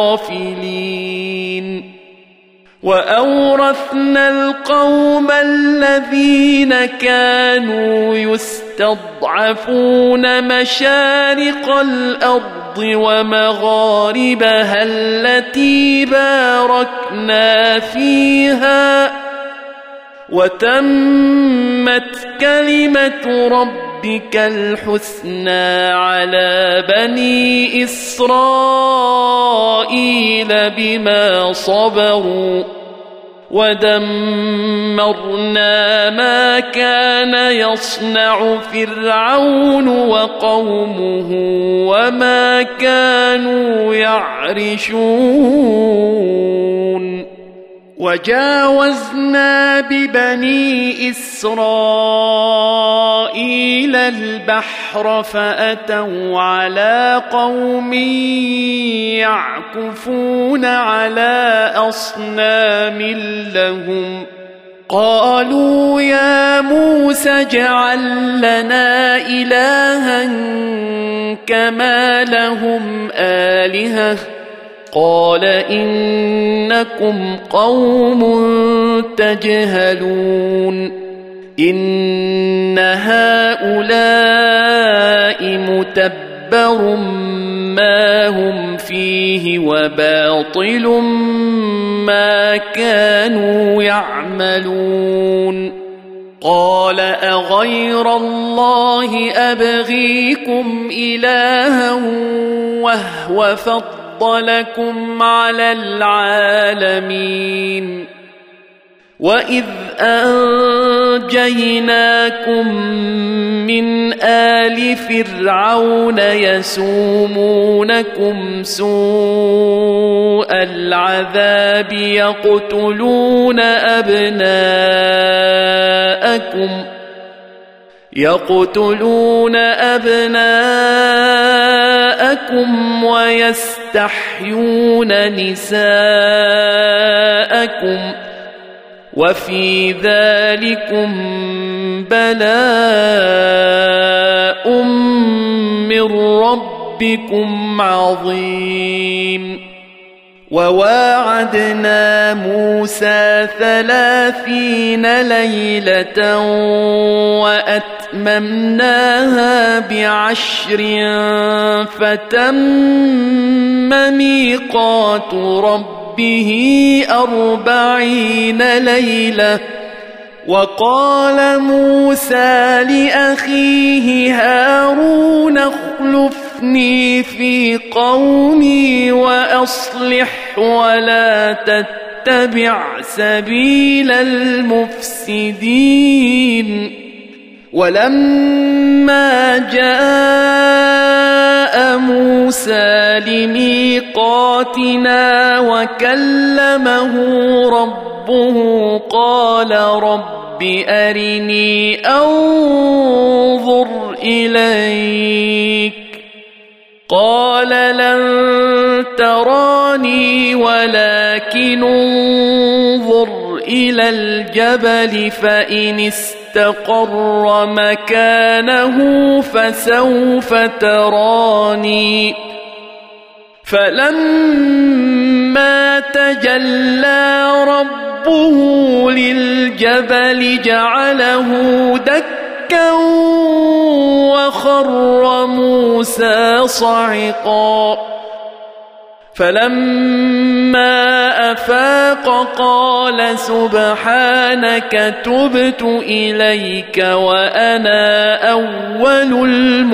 غافلين وأورثنا القوم الذين كانوا يستضعفون مشارق الأرض ومغاربها التي باركنا فيها وتمت كلمة ربك الحسنى على بني إسرائيل بما صبروا ودمرنا ما كان يصنع فرعون وقومه وما كانوا يعرشون وجاوزنا ببني إسرائيل البحر فأتوا على قوم يعكفون على أصنام لهم قالوا يا موسى اجعل لنا إلها كما لهم آلهة قال إنكم قوم تجهلون إن هؤلاء متبر ما هم فيه وباطل ما كانوا يعملون قال أغير الله أبغيكم إلها وهو فضلكم على العالمين وإذ أنجيناكم من آل فرعون يسومونكم سوء العذاب يقتلون أبناءكم ويستحيون نساءكم وفي ذلكم بلاء من ربكم عظيم وواعدنا موسى 30 ليلة وأتممناها ب10 فتم ميقات ربه 40 ليلة وقال موسى لأخيه هارون اخلفني في قومي وأصلح ولا تتبع سبيل المفسدين ولما جاء موسى لميقاتنا وكلمه ربه قال رب أرني أنظر إليك قال لن تراني ولكن انظر إلى الجبل فإن استقر مكانه فسوف تراني فلما تجلى ربه للجبل جعله دكا وخر موسى صعقا فلما أفاق قال سبحانك تبت إليك وأنا أول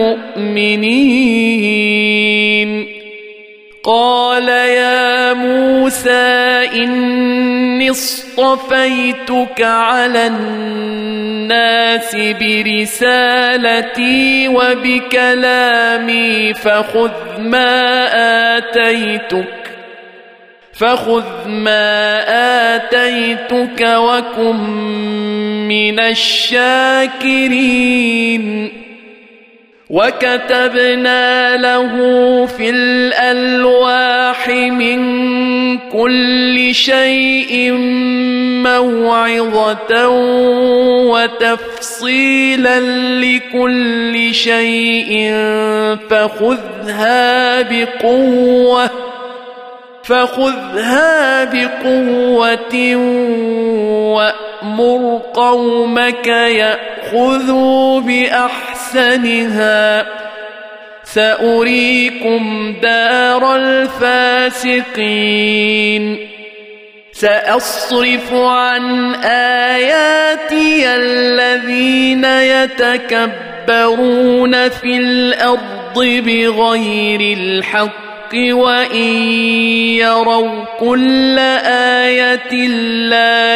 المؤمنين قال يا موسى إني اصطفيتك على الناس برسالتي وبكلامي فخذ ما آتيتك وكن من الشاكرين وكتبنا له في الألواح من كل شيء موعظة وتفصيلا لكل شيء فخذها بقوة وأمر قومك يأخذوا بأحسنها سأريكم دار الفاسقين سأصرف عن آياتي الذين يتكبرون في الأرض بغير الحق وإن يروا كل آية لا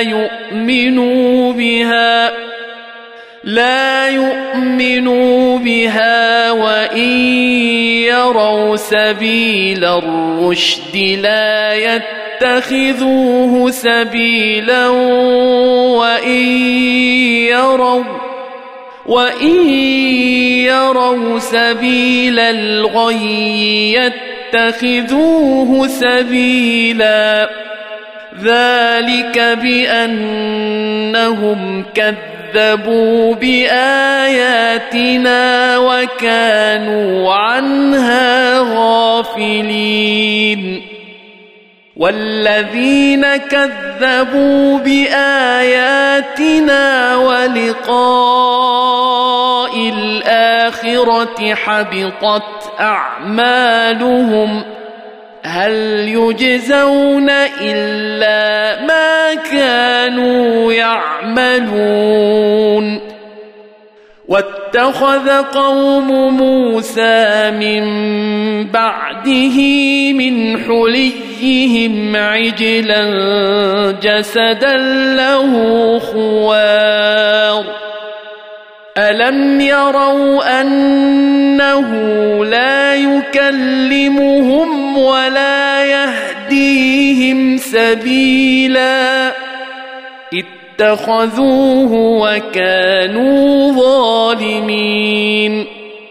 يؤمنوا بها وإن يروا سبيل الرشد لا يتخذوه سبيلا وإن يروا سبيل الغي يتخذوه سبيلا ذلك بأنهم كذبوا بآياتنا وكانوا عنها غافلين والذين كذبوا بآياتنا ولقاء الآخرة حبطت أعمالهم هل يجزون إلا ما كانوا يعملون واتخذ قوم موسى من بعده من حليهم عجلا جسدا له خوار ألم يروا أنه لا يكلمهم ولا يهديهم سبيلا اتخذوه وكانوا ظالمين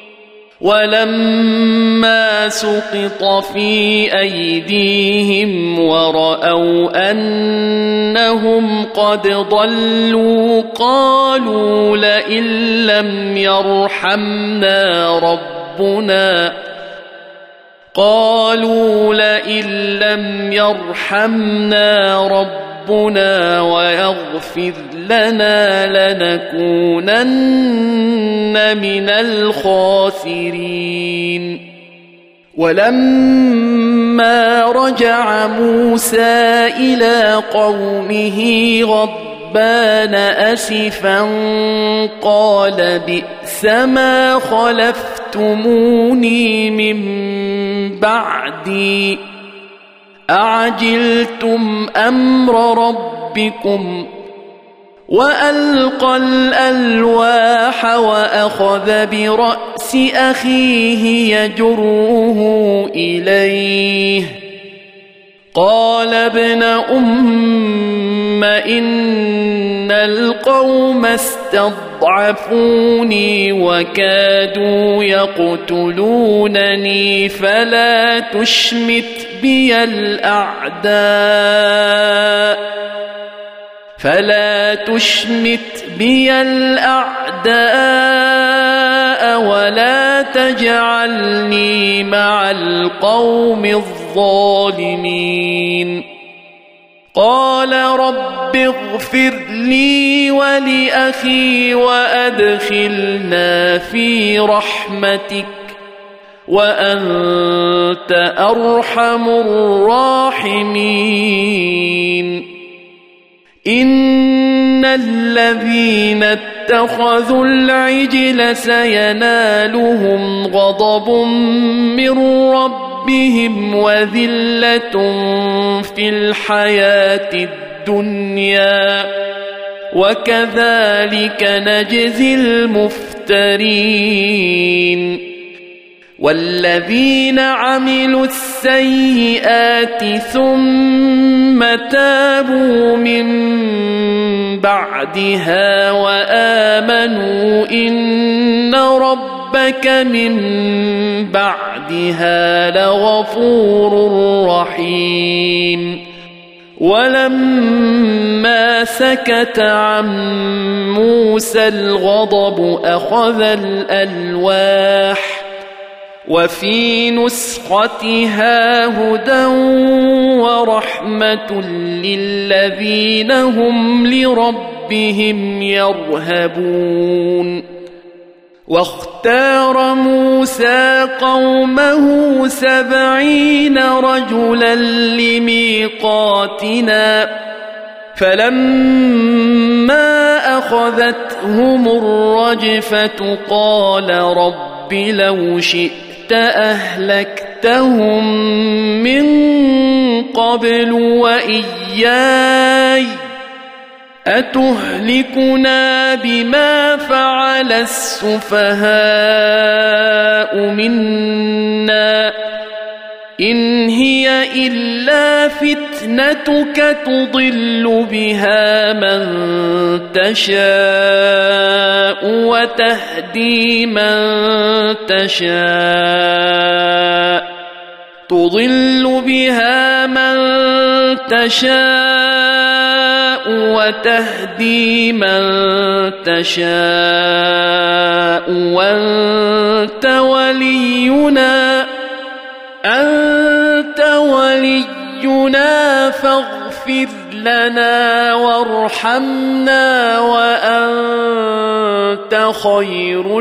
ولما سقط في أيديهم ورأوا أنهم قد ضلوا قالوا لئن لم يرحمنا ربنا ويغفر لنا لنكونن من الخاسرين ولما رجع موسى إلى قومه غضبان أسفا قال بئس ما خلفتموني من بعدي أعجلتم أمر ربكم وألقى الألواح وأخذ برأس أخيه يجره إليه قال ابن أم إن القوم استضعفوني وكادوا يقتلونني فلا تشمت بي الأعداء ولا تجعلني مع القوم الظالمين قال رب اغفر لي ولأخي وأدخلنا في رحمتك وأنت أرحم الراحمين إن الذين اتخذوا العجل سينالهم غضب من ربهم وذلة في الحياة الدنيا وكذلك نجزي المفترين والذين عملوا السيئات ثم تابوا من بعدها وآمنوا إن ربك من بعدها لغفور رحيم ولما سكت عن موسى الغضب أخذ الألواح وفي نسختها هدى ورحمة للذين هم لربهم يرهبون واختار موسى قومه 70 رجلا لميقاتنا فلما أخذتهم الرجفة قال رب لو شئت أهلكتهم من قبل وإياي أتهلكنا بما فعل السفهاء منا إن هي إلا فتنتك تضل بها من تشاء وتهدي من تشاء وتهدي من تشاء أنت ولينا وليخرجنا فاغفر لنا وارحمنا وأنت خير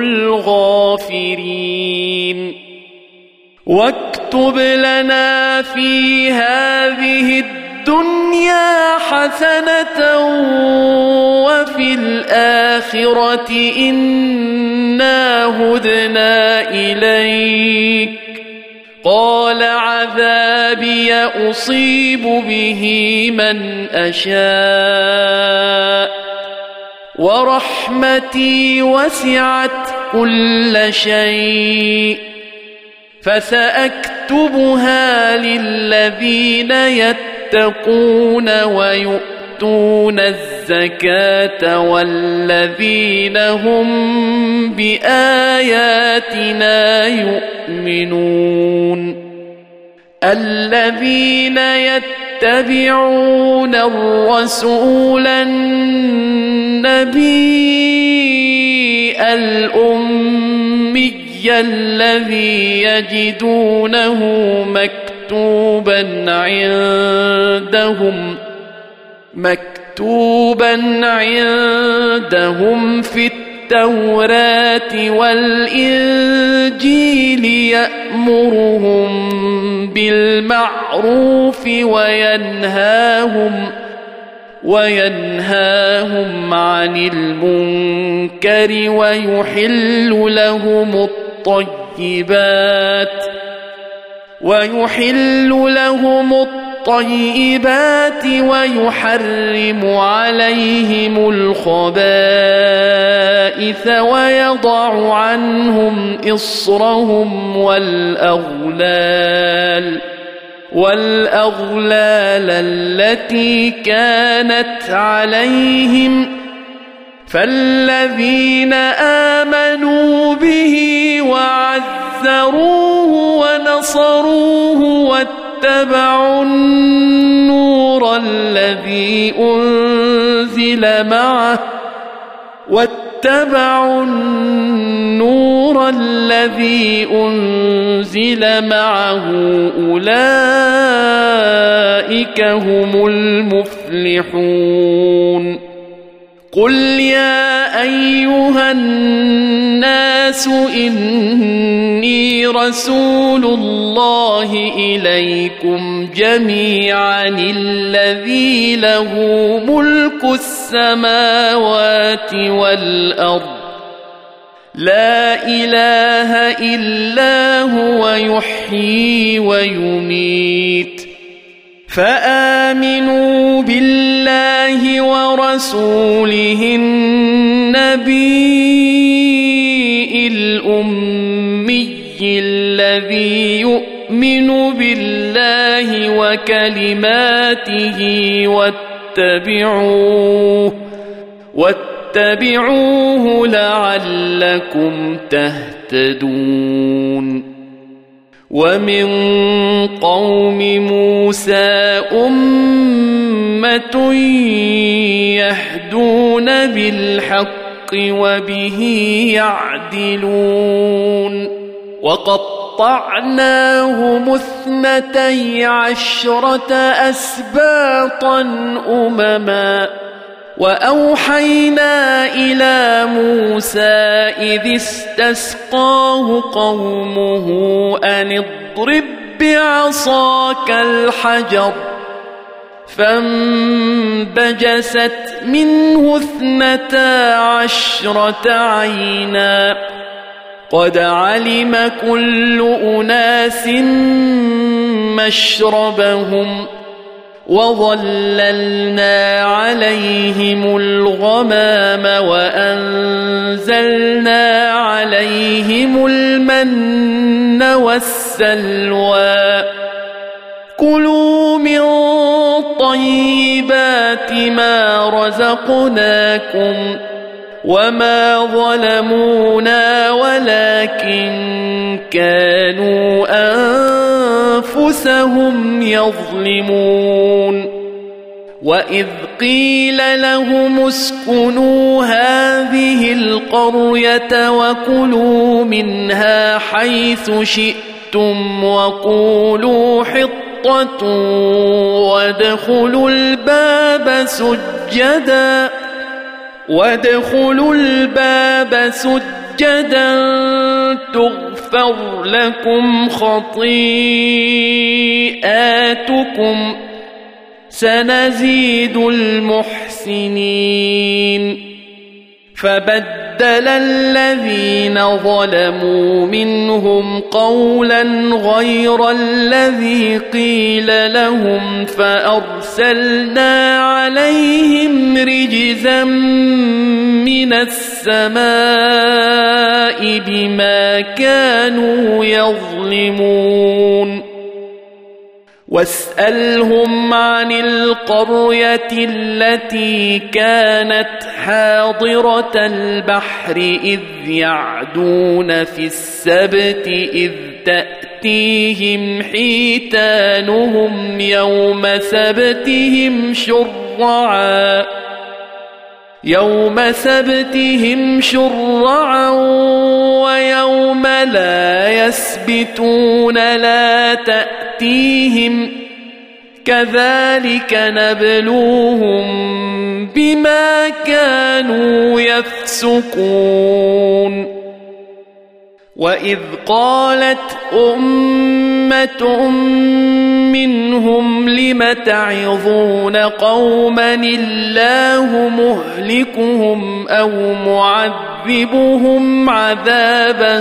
الغافرين واكتب لنا في هذه الدنيا حسنة وفي الآخرة إنا هدنا إليك قال عذابي أصيب به من أشاء ورحمتي وسعت كل شيء فسأكتبها للذين يتقون ويؤتون الزكاة والذين هم بآياتنا يؤمنون الذين يتبعون الرسول النبي الأمي الذي يجدونه مكتوبا عندهم في التوراة والإنجيل يأمرهم بالمعروف وينهاهم عن المنكر ويحل لهم الطيبات ويحرم عليهم الخبائث ويضع عنهم إصرهم والأغلال التي كانت عليهم فالذين آمنوا به وعزروه ونصروه واتبعوا النور الذي أنزل معه أولئك هم المفلحون قل يا أيها الناس إني رسول الله إليكم جميعا الذي له ملك السماوات والأرض لا إله إلا هو يحيي ويميت فآمنوا بالله ورسوله النبي الأمي الذي يؤمن بالله وكلماته واتبعوه لعلكم تهتدون ومن قوم موسى أمة يهدون بالحق وبه يعدلون وقطعناهم 12 أسباطا أمما وأوحينا إلى موسى إذ استسقاه قومه أن اضرب بعصاك الحجر فانبجست منه 12 عينا قد علم كل أناس مشربهم وظللنا عليهم الغمام وأنزلنا عليهم المن والسلوى كلوا من طيبات ما رزقناكم وما ظلمونا ولكن كانوا أنفسهم يظلمون وإذ قيل لهم اسكنوا هذه القرية وكلوا منها حيث شئتم وقولوا حطة حطة وادخلوا الباب سجدا تغفر لكم خطيئاتكم سنزيد المحسنين. فبدل الذين ظلموا منهم قولا غير الذي قيل لهم فأرسلنا عليهم رجزا من السماء بما كانوا يظلمون. واسألهم عن القرية التي كانت حاضرة البحر إذ يعدون في السبت إذ تأتيهم حيتانهم يوم سبتهم شرعا ويوم لا يسبتون لا تأتيهم كذلك نبلوهم بما كانوا يفسقون. وإذ قالت أمة منهم لم تعظون قوما الله مهلكهم أو معذبهم عذابا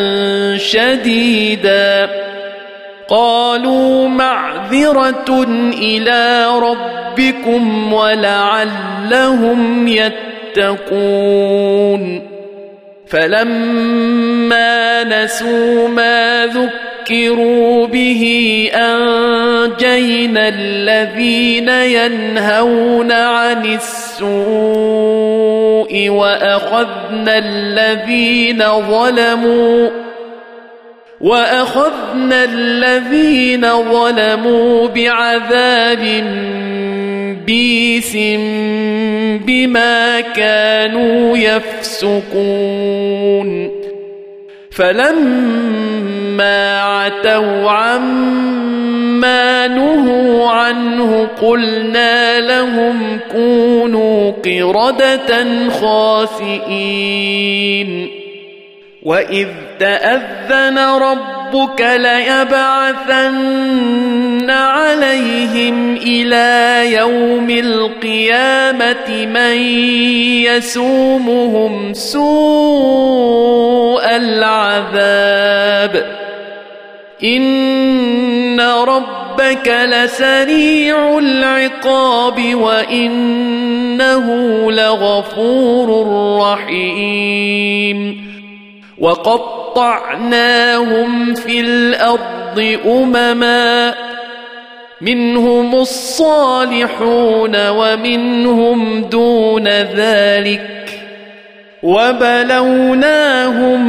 شديدا قالوا معذرة إلى ربكم ولعلهم يتقون. فلما نسوا ما ذكروا به أنجينا الذين ينهون عن السوء وأخذنا الذين ظلموا بعذاب بئيس بما كانوا يفسقون. فلما عتوا عما نهوا عنه قلنا لهم كونوا قردة خاسئين. وإذ تأذن ربك ليبعثن عليهم إلى يوم القيامة من يسومهم سوء العذاب إن ربك لسريع العقاب وإنه لغفور رحيم. وقطعناهم في الأرض أمما منهم الصالحون ومنهم دون ذلك وبلوناهم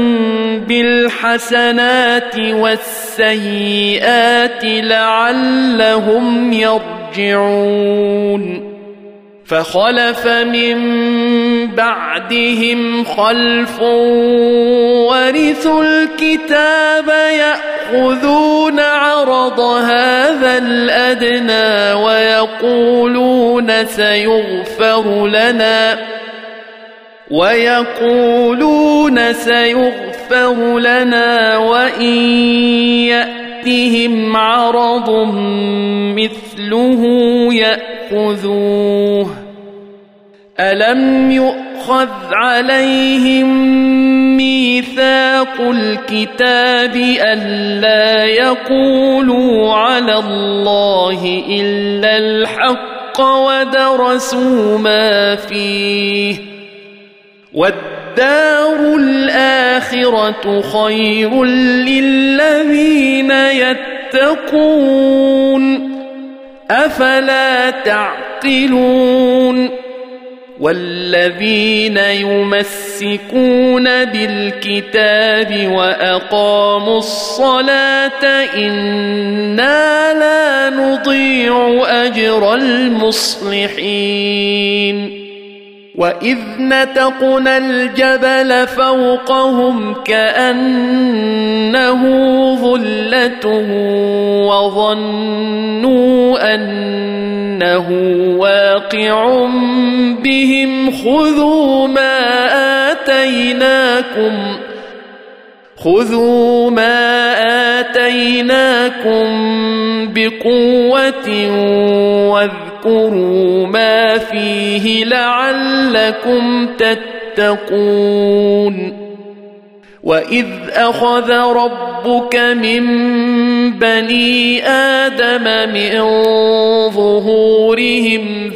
بالحسنات والسيئات لعلهم يرجعون. فخلف من بعدهم خلف ورثوا الكتاب يأخذون عرض هذا الأدنى ويقولون سيغفر لنا وإن يأتهم عرض مثله يأخذوه. ألم يؤخذ عليهم ميثاق الكتاب ألا يقولوا على الله إلا الحق ودرسوا ما فيه والدار الآخرة خير للذين يتقون أفلا تعقلون. والذين يمسكون بالكتاب وأقاموا الصلاة إنا لا نضيع أجر المصلحين. وإذ نتقنا الجبل فوقهم كأنه ظلة وظنوا أنه واقع بهم خذوا ما آتيناكم بقوة واذكروا ما فيه لعلكم تتقون وإذ أخذ ربك من بني آدم من ظهورهم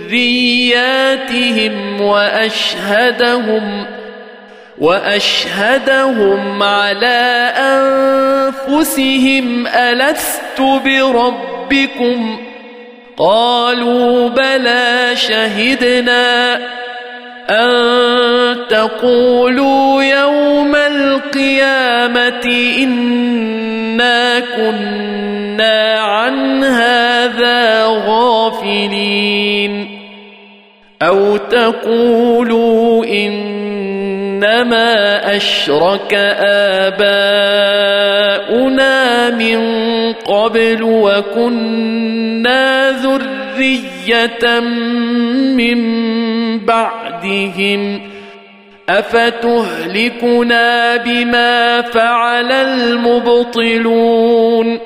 ذرياتهم وأشهدهم على أنفسهم ألست بربكم قالوا بلى شهدنا أن تقولوا يوم القيامة إنا كنا عن هذا غافلين أو تقولوا إنما أشرك آباؤنا من قبل وكنا ذرية من بعدهم أفتهلكنا بما فعل المبطلون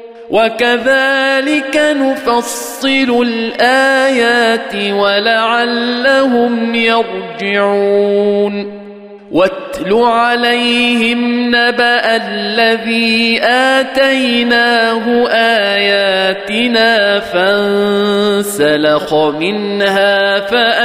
وكذلك نفصل الآيات ولعلهم يرجعون واتل عليهم نبأ الذي آتيناه آياتنا فانسلخ منها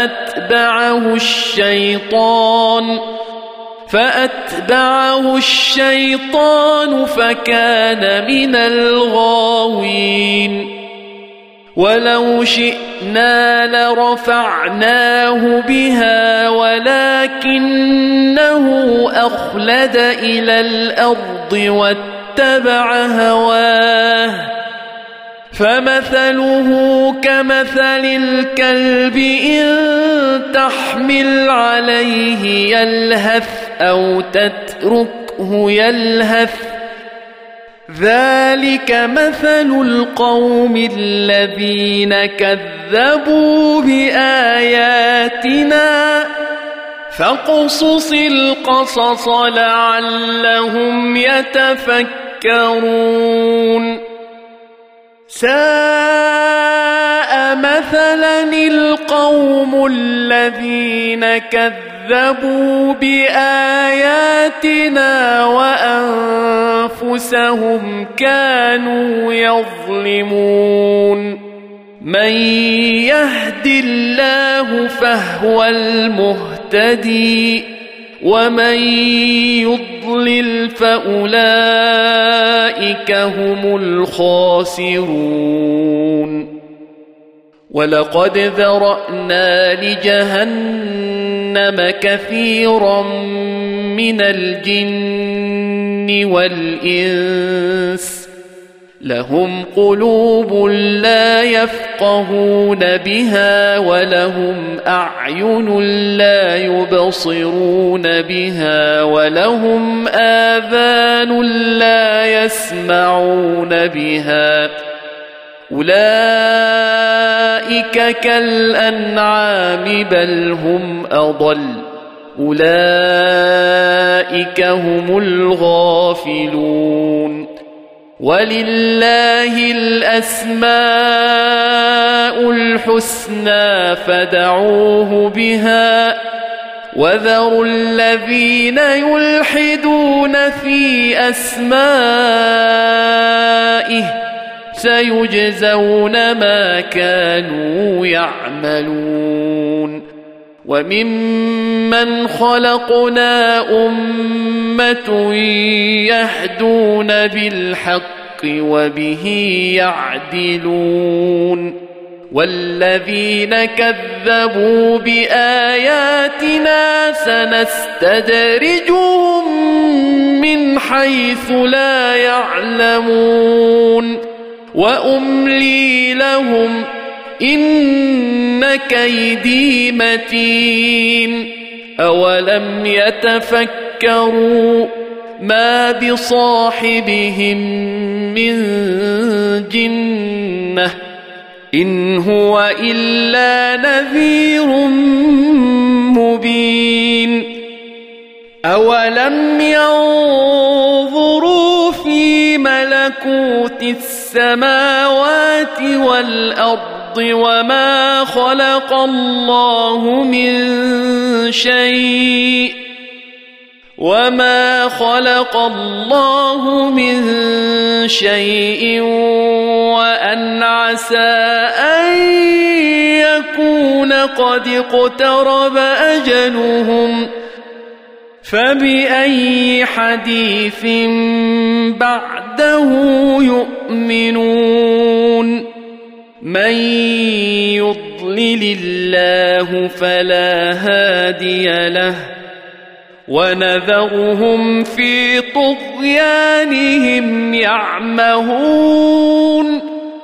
فأتبعه الشيطان فكان من الغاوين ولو شئنا لرفعناه بها ولكنه أخلد إلى الأرض واتبع هواه فمثله كمثل الكلب إن تحمل عليه يلهث أو تتركه يلهث ذلك مثل القوم الذين كذبوا بآياتنا فاقصص القصص لعلهم يتفكرون ساء مثلا القوم الذين كذبوا بآياتنا وأنفسهم كانوا يظلمون من يهد الله فهو المهتدي ومن يضلل فأولئك هم الخاسرون ولقد ذرأنا لجهنم كثيرا من الجن والإنس لهم قلوب لا يفقهون بها ولهم أعين لا يبصرون بها ولهم آذان لا يسمعون بها أولئك كالأنعام بل هم أضل أولئك هم الغافلون ولله الأسماء الحسنى فادعوه بها وذروا الذين يلحدون في أسمائه سيجزون ما كانوا يعملون وممن خلقنا أمة يهدون بالحق وبه يعدلون والذين كذبوا بآياتنا سنستدرجهم من حيث لا يعلمون وأملي لهم إن كيدي متين أولم يتفكروا ما بصاحبهم من جنة إن هو إلا نذير مبين أولم ينظروا في ملكوت السماوات والأرض وما خلق الله من شيء وأن عسى أن يكون قد اقترب أجلهم فبأي حديث بعده يؤمنون من يضلل الله فلا هادي له ونذرهم في طغيانهم يعمهون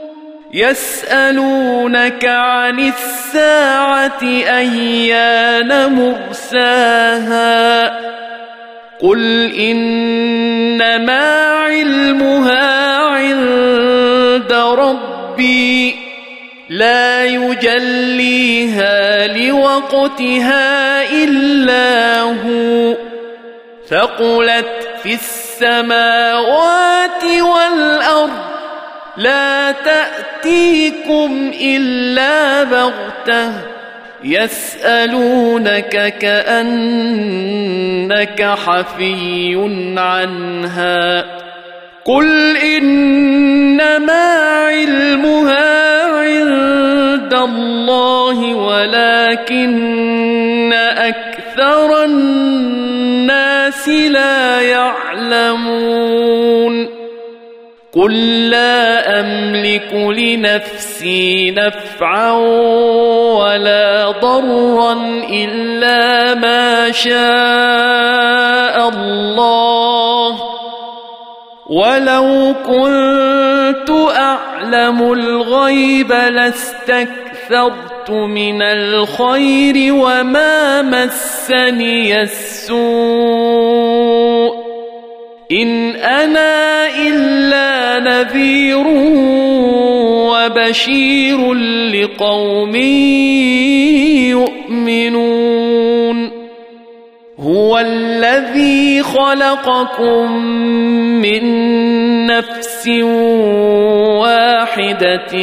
يسألونك عن الساعة أيان مرساها قل إنما علمها عند ربي لا يجليها لوقتها إلا هو ثقلت في السماوات والأرض لا تأتيكم إلا بغتة يسألونك كأنك حفي عنها قل إنما علمها عند الله ولكن أكثر الناس لا يعلمون قل لا أملك لنفسي نفعا ولا ضرا إلا ما شاء الله ولو كنت أعلم الغيب لاستكثرت من الخير وما مسني السوء إن أنا إلا نذير وبشير لقوم يؤمنون هو الذي خلقكم من نفس واحدة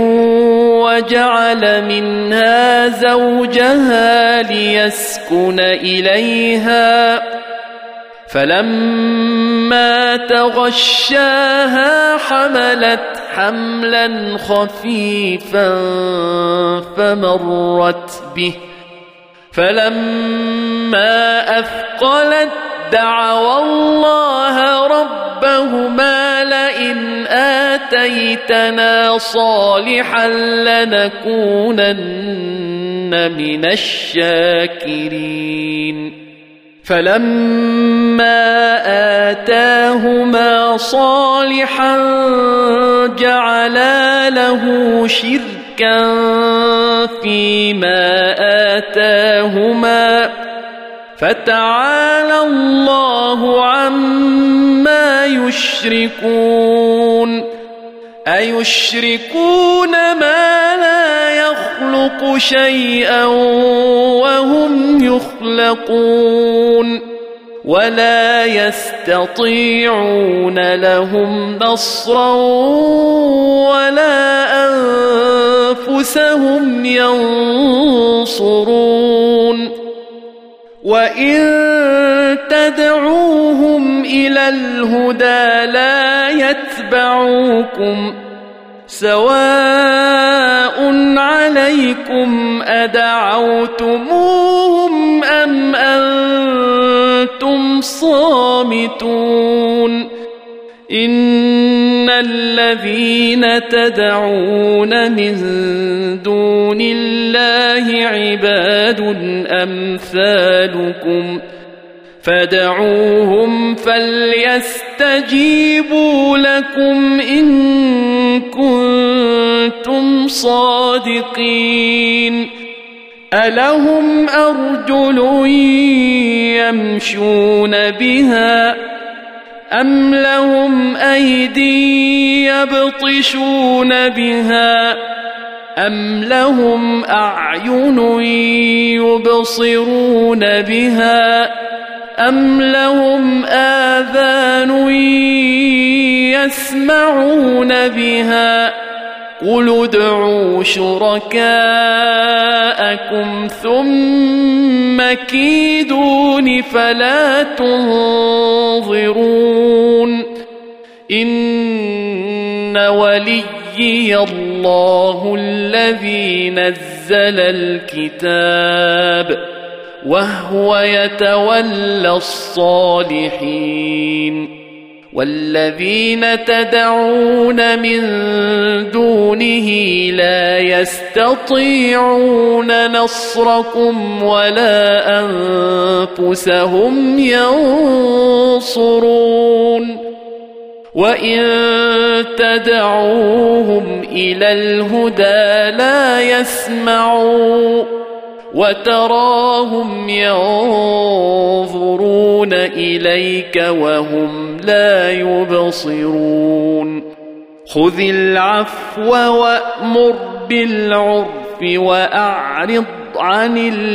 وجعل منها زوجها ليسكن إليها فلما تغشاها حملت حملا خفيفا فمرت به فلما أثقلت دعوا الله ربهما لئن آتيتنا صالحا لنكونن من الشاكرين فلما آتاهما صالحا جعلا له شركا فيما آتاهما فتعالى الله عما يشركون أيشركون ما لا يخلق شيئا وهم يخلقون ولا يستطيعون لهم نصرا ولا أنفسهم ينصرون وإن تدعوهم إلى الهدى لا يتبعوكم سواء عليكم أدعوتموهم أم أنتم صامتون إن الذين تدعون من دون الله عباد أمثالكم فادعوهم فليستجيبوا لكم إن كنتم صادقين ألهم أرجل يمشون بها أم لهم أيدي يبطشون بها أم لهم أعين يبصرون بها أم لهم آذان يسمعون بها قل ادعوا شركاءكم ثم كيدون فلا تنظرون إن وليي الله الذي نزل الكتاب وهو يتولى الصالحين والذين تدعون من دونه لا يستطيعون نصركم ولا أنفسهم ينصرون وإن تدعوهم إلى الهدى لا يسمعون وتراهم ينظرون إليك وهم لا يبصرون خذ العفو وأمر بالعرف وأعرض عن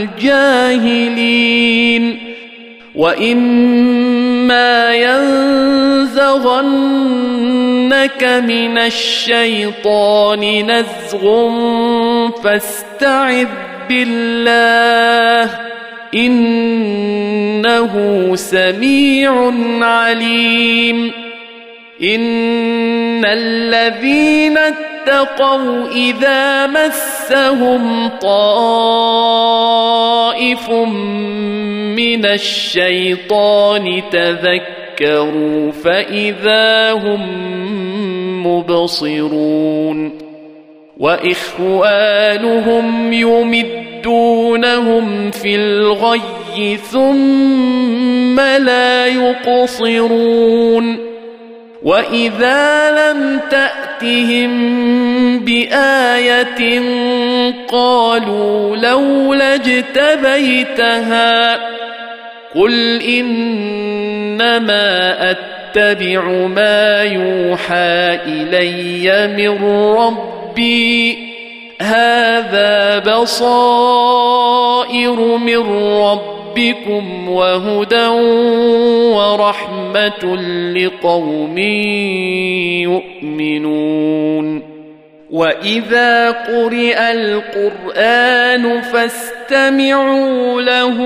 الجاهلين وإما ينزغنك من الشيطان نزغ فاستعذ بالله إنه سميع عليم إن الذين اتقوا إذا مسهم طائف من الشيطان تذكروا فإذا هم مبصرون وإخوانهم يمدونهم في الغي ثم لا يقصرون وإذا لم تأتهم بآية قالوا لولا اجتبيتها قل إنما أتبع ما يوحى إلي من ربي هذا بصائر من ربكم وهدى ورحمة لقوم يؤمنون وإذا قرئ القرآن فاستمعوا له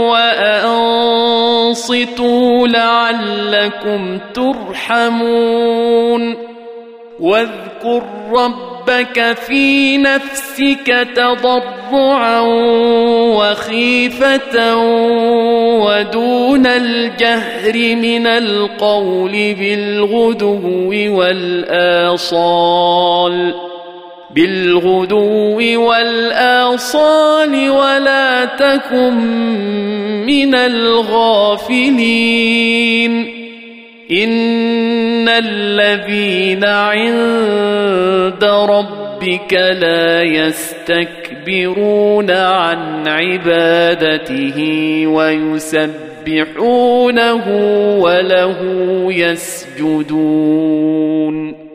وأنصتوا لعلكم ترحمون واذكر ربك في نفسك تضرعا وخيفة ودون الجهر من القول بالغدو والآصال ولا تكن من الغافلين إن الذين عند ربك لا يستكبرون عن عبادته ويسبحونه وله يسجدون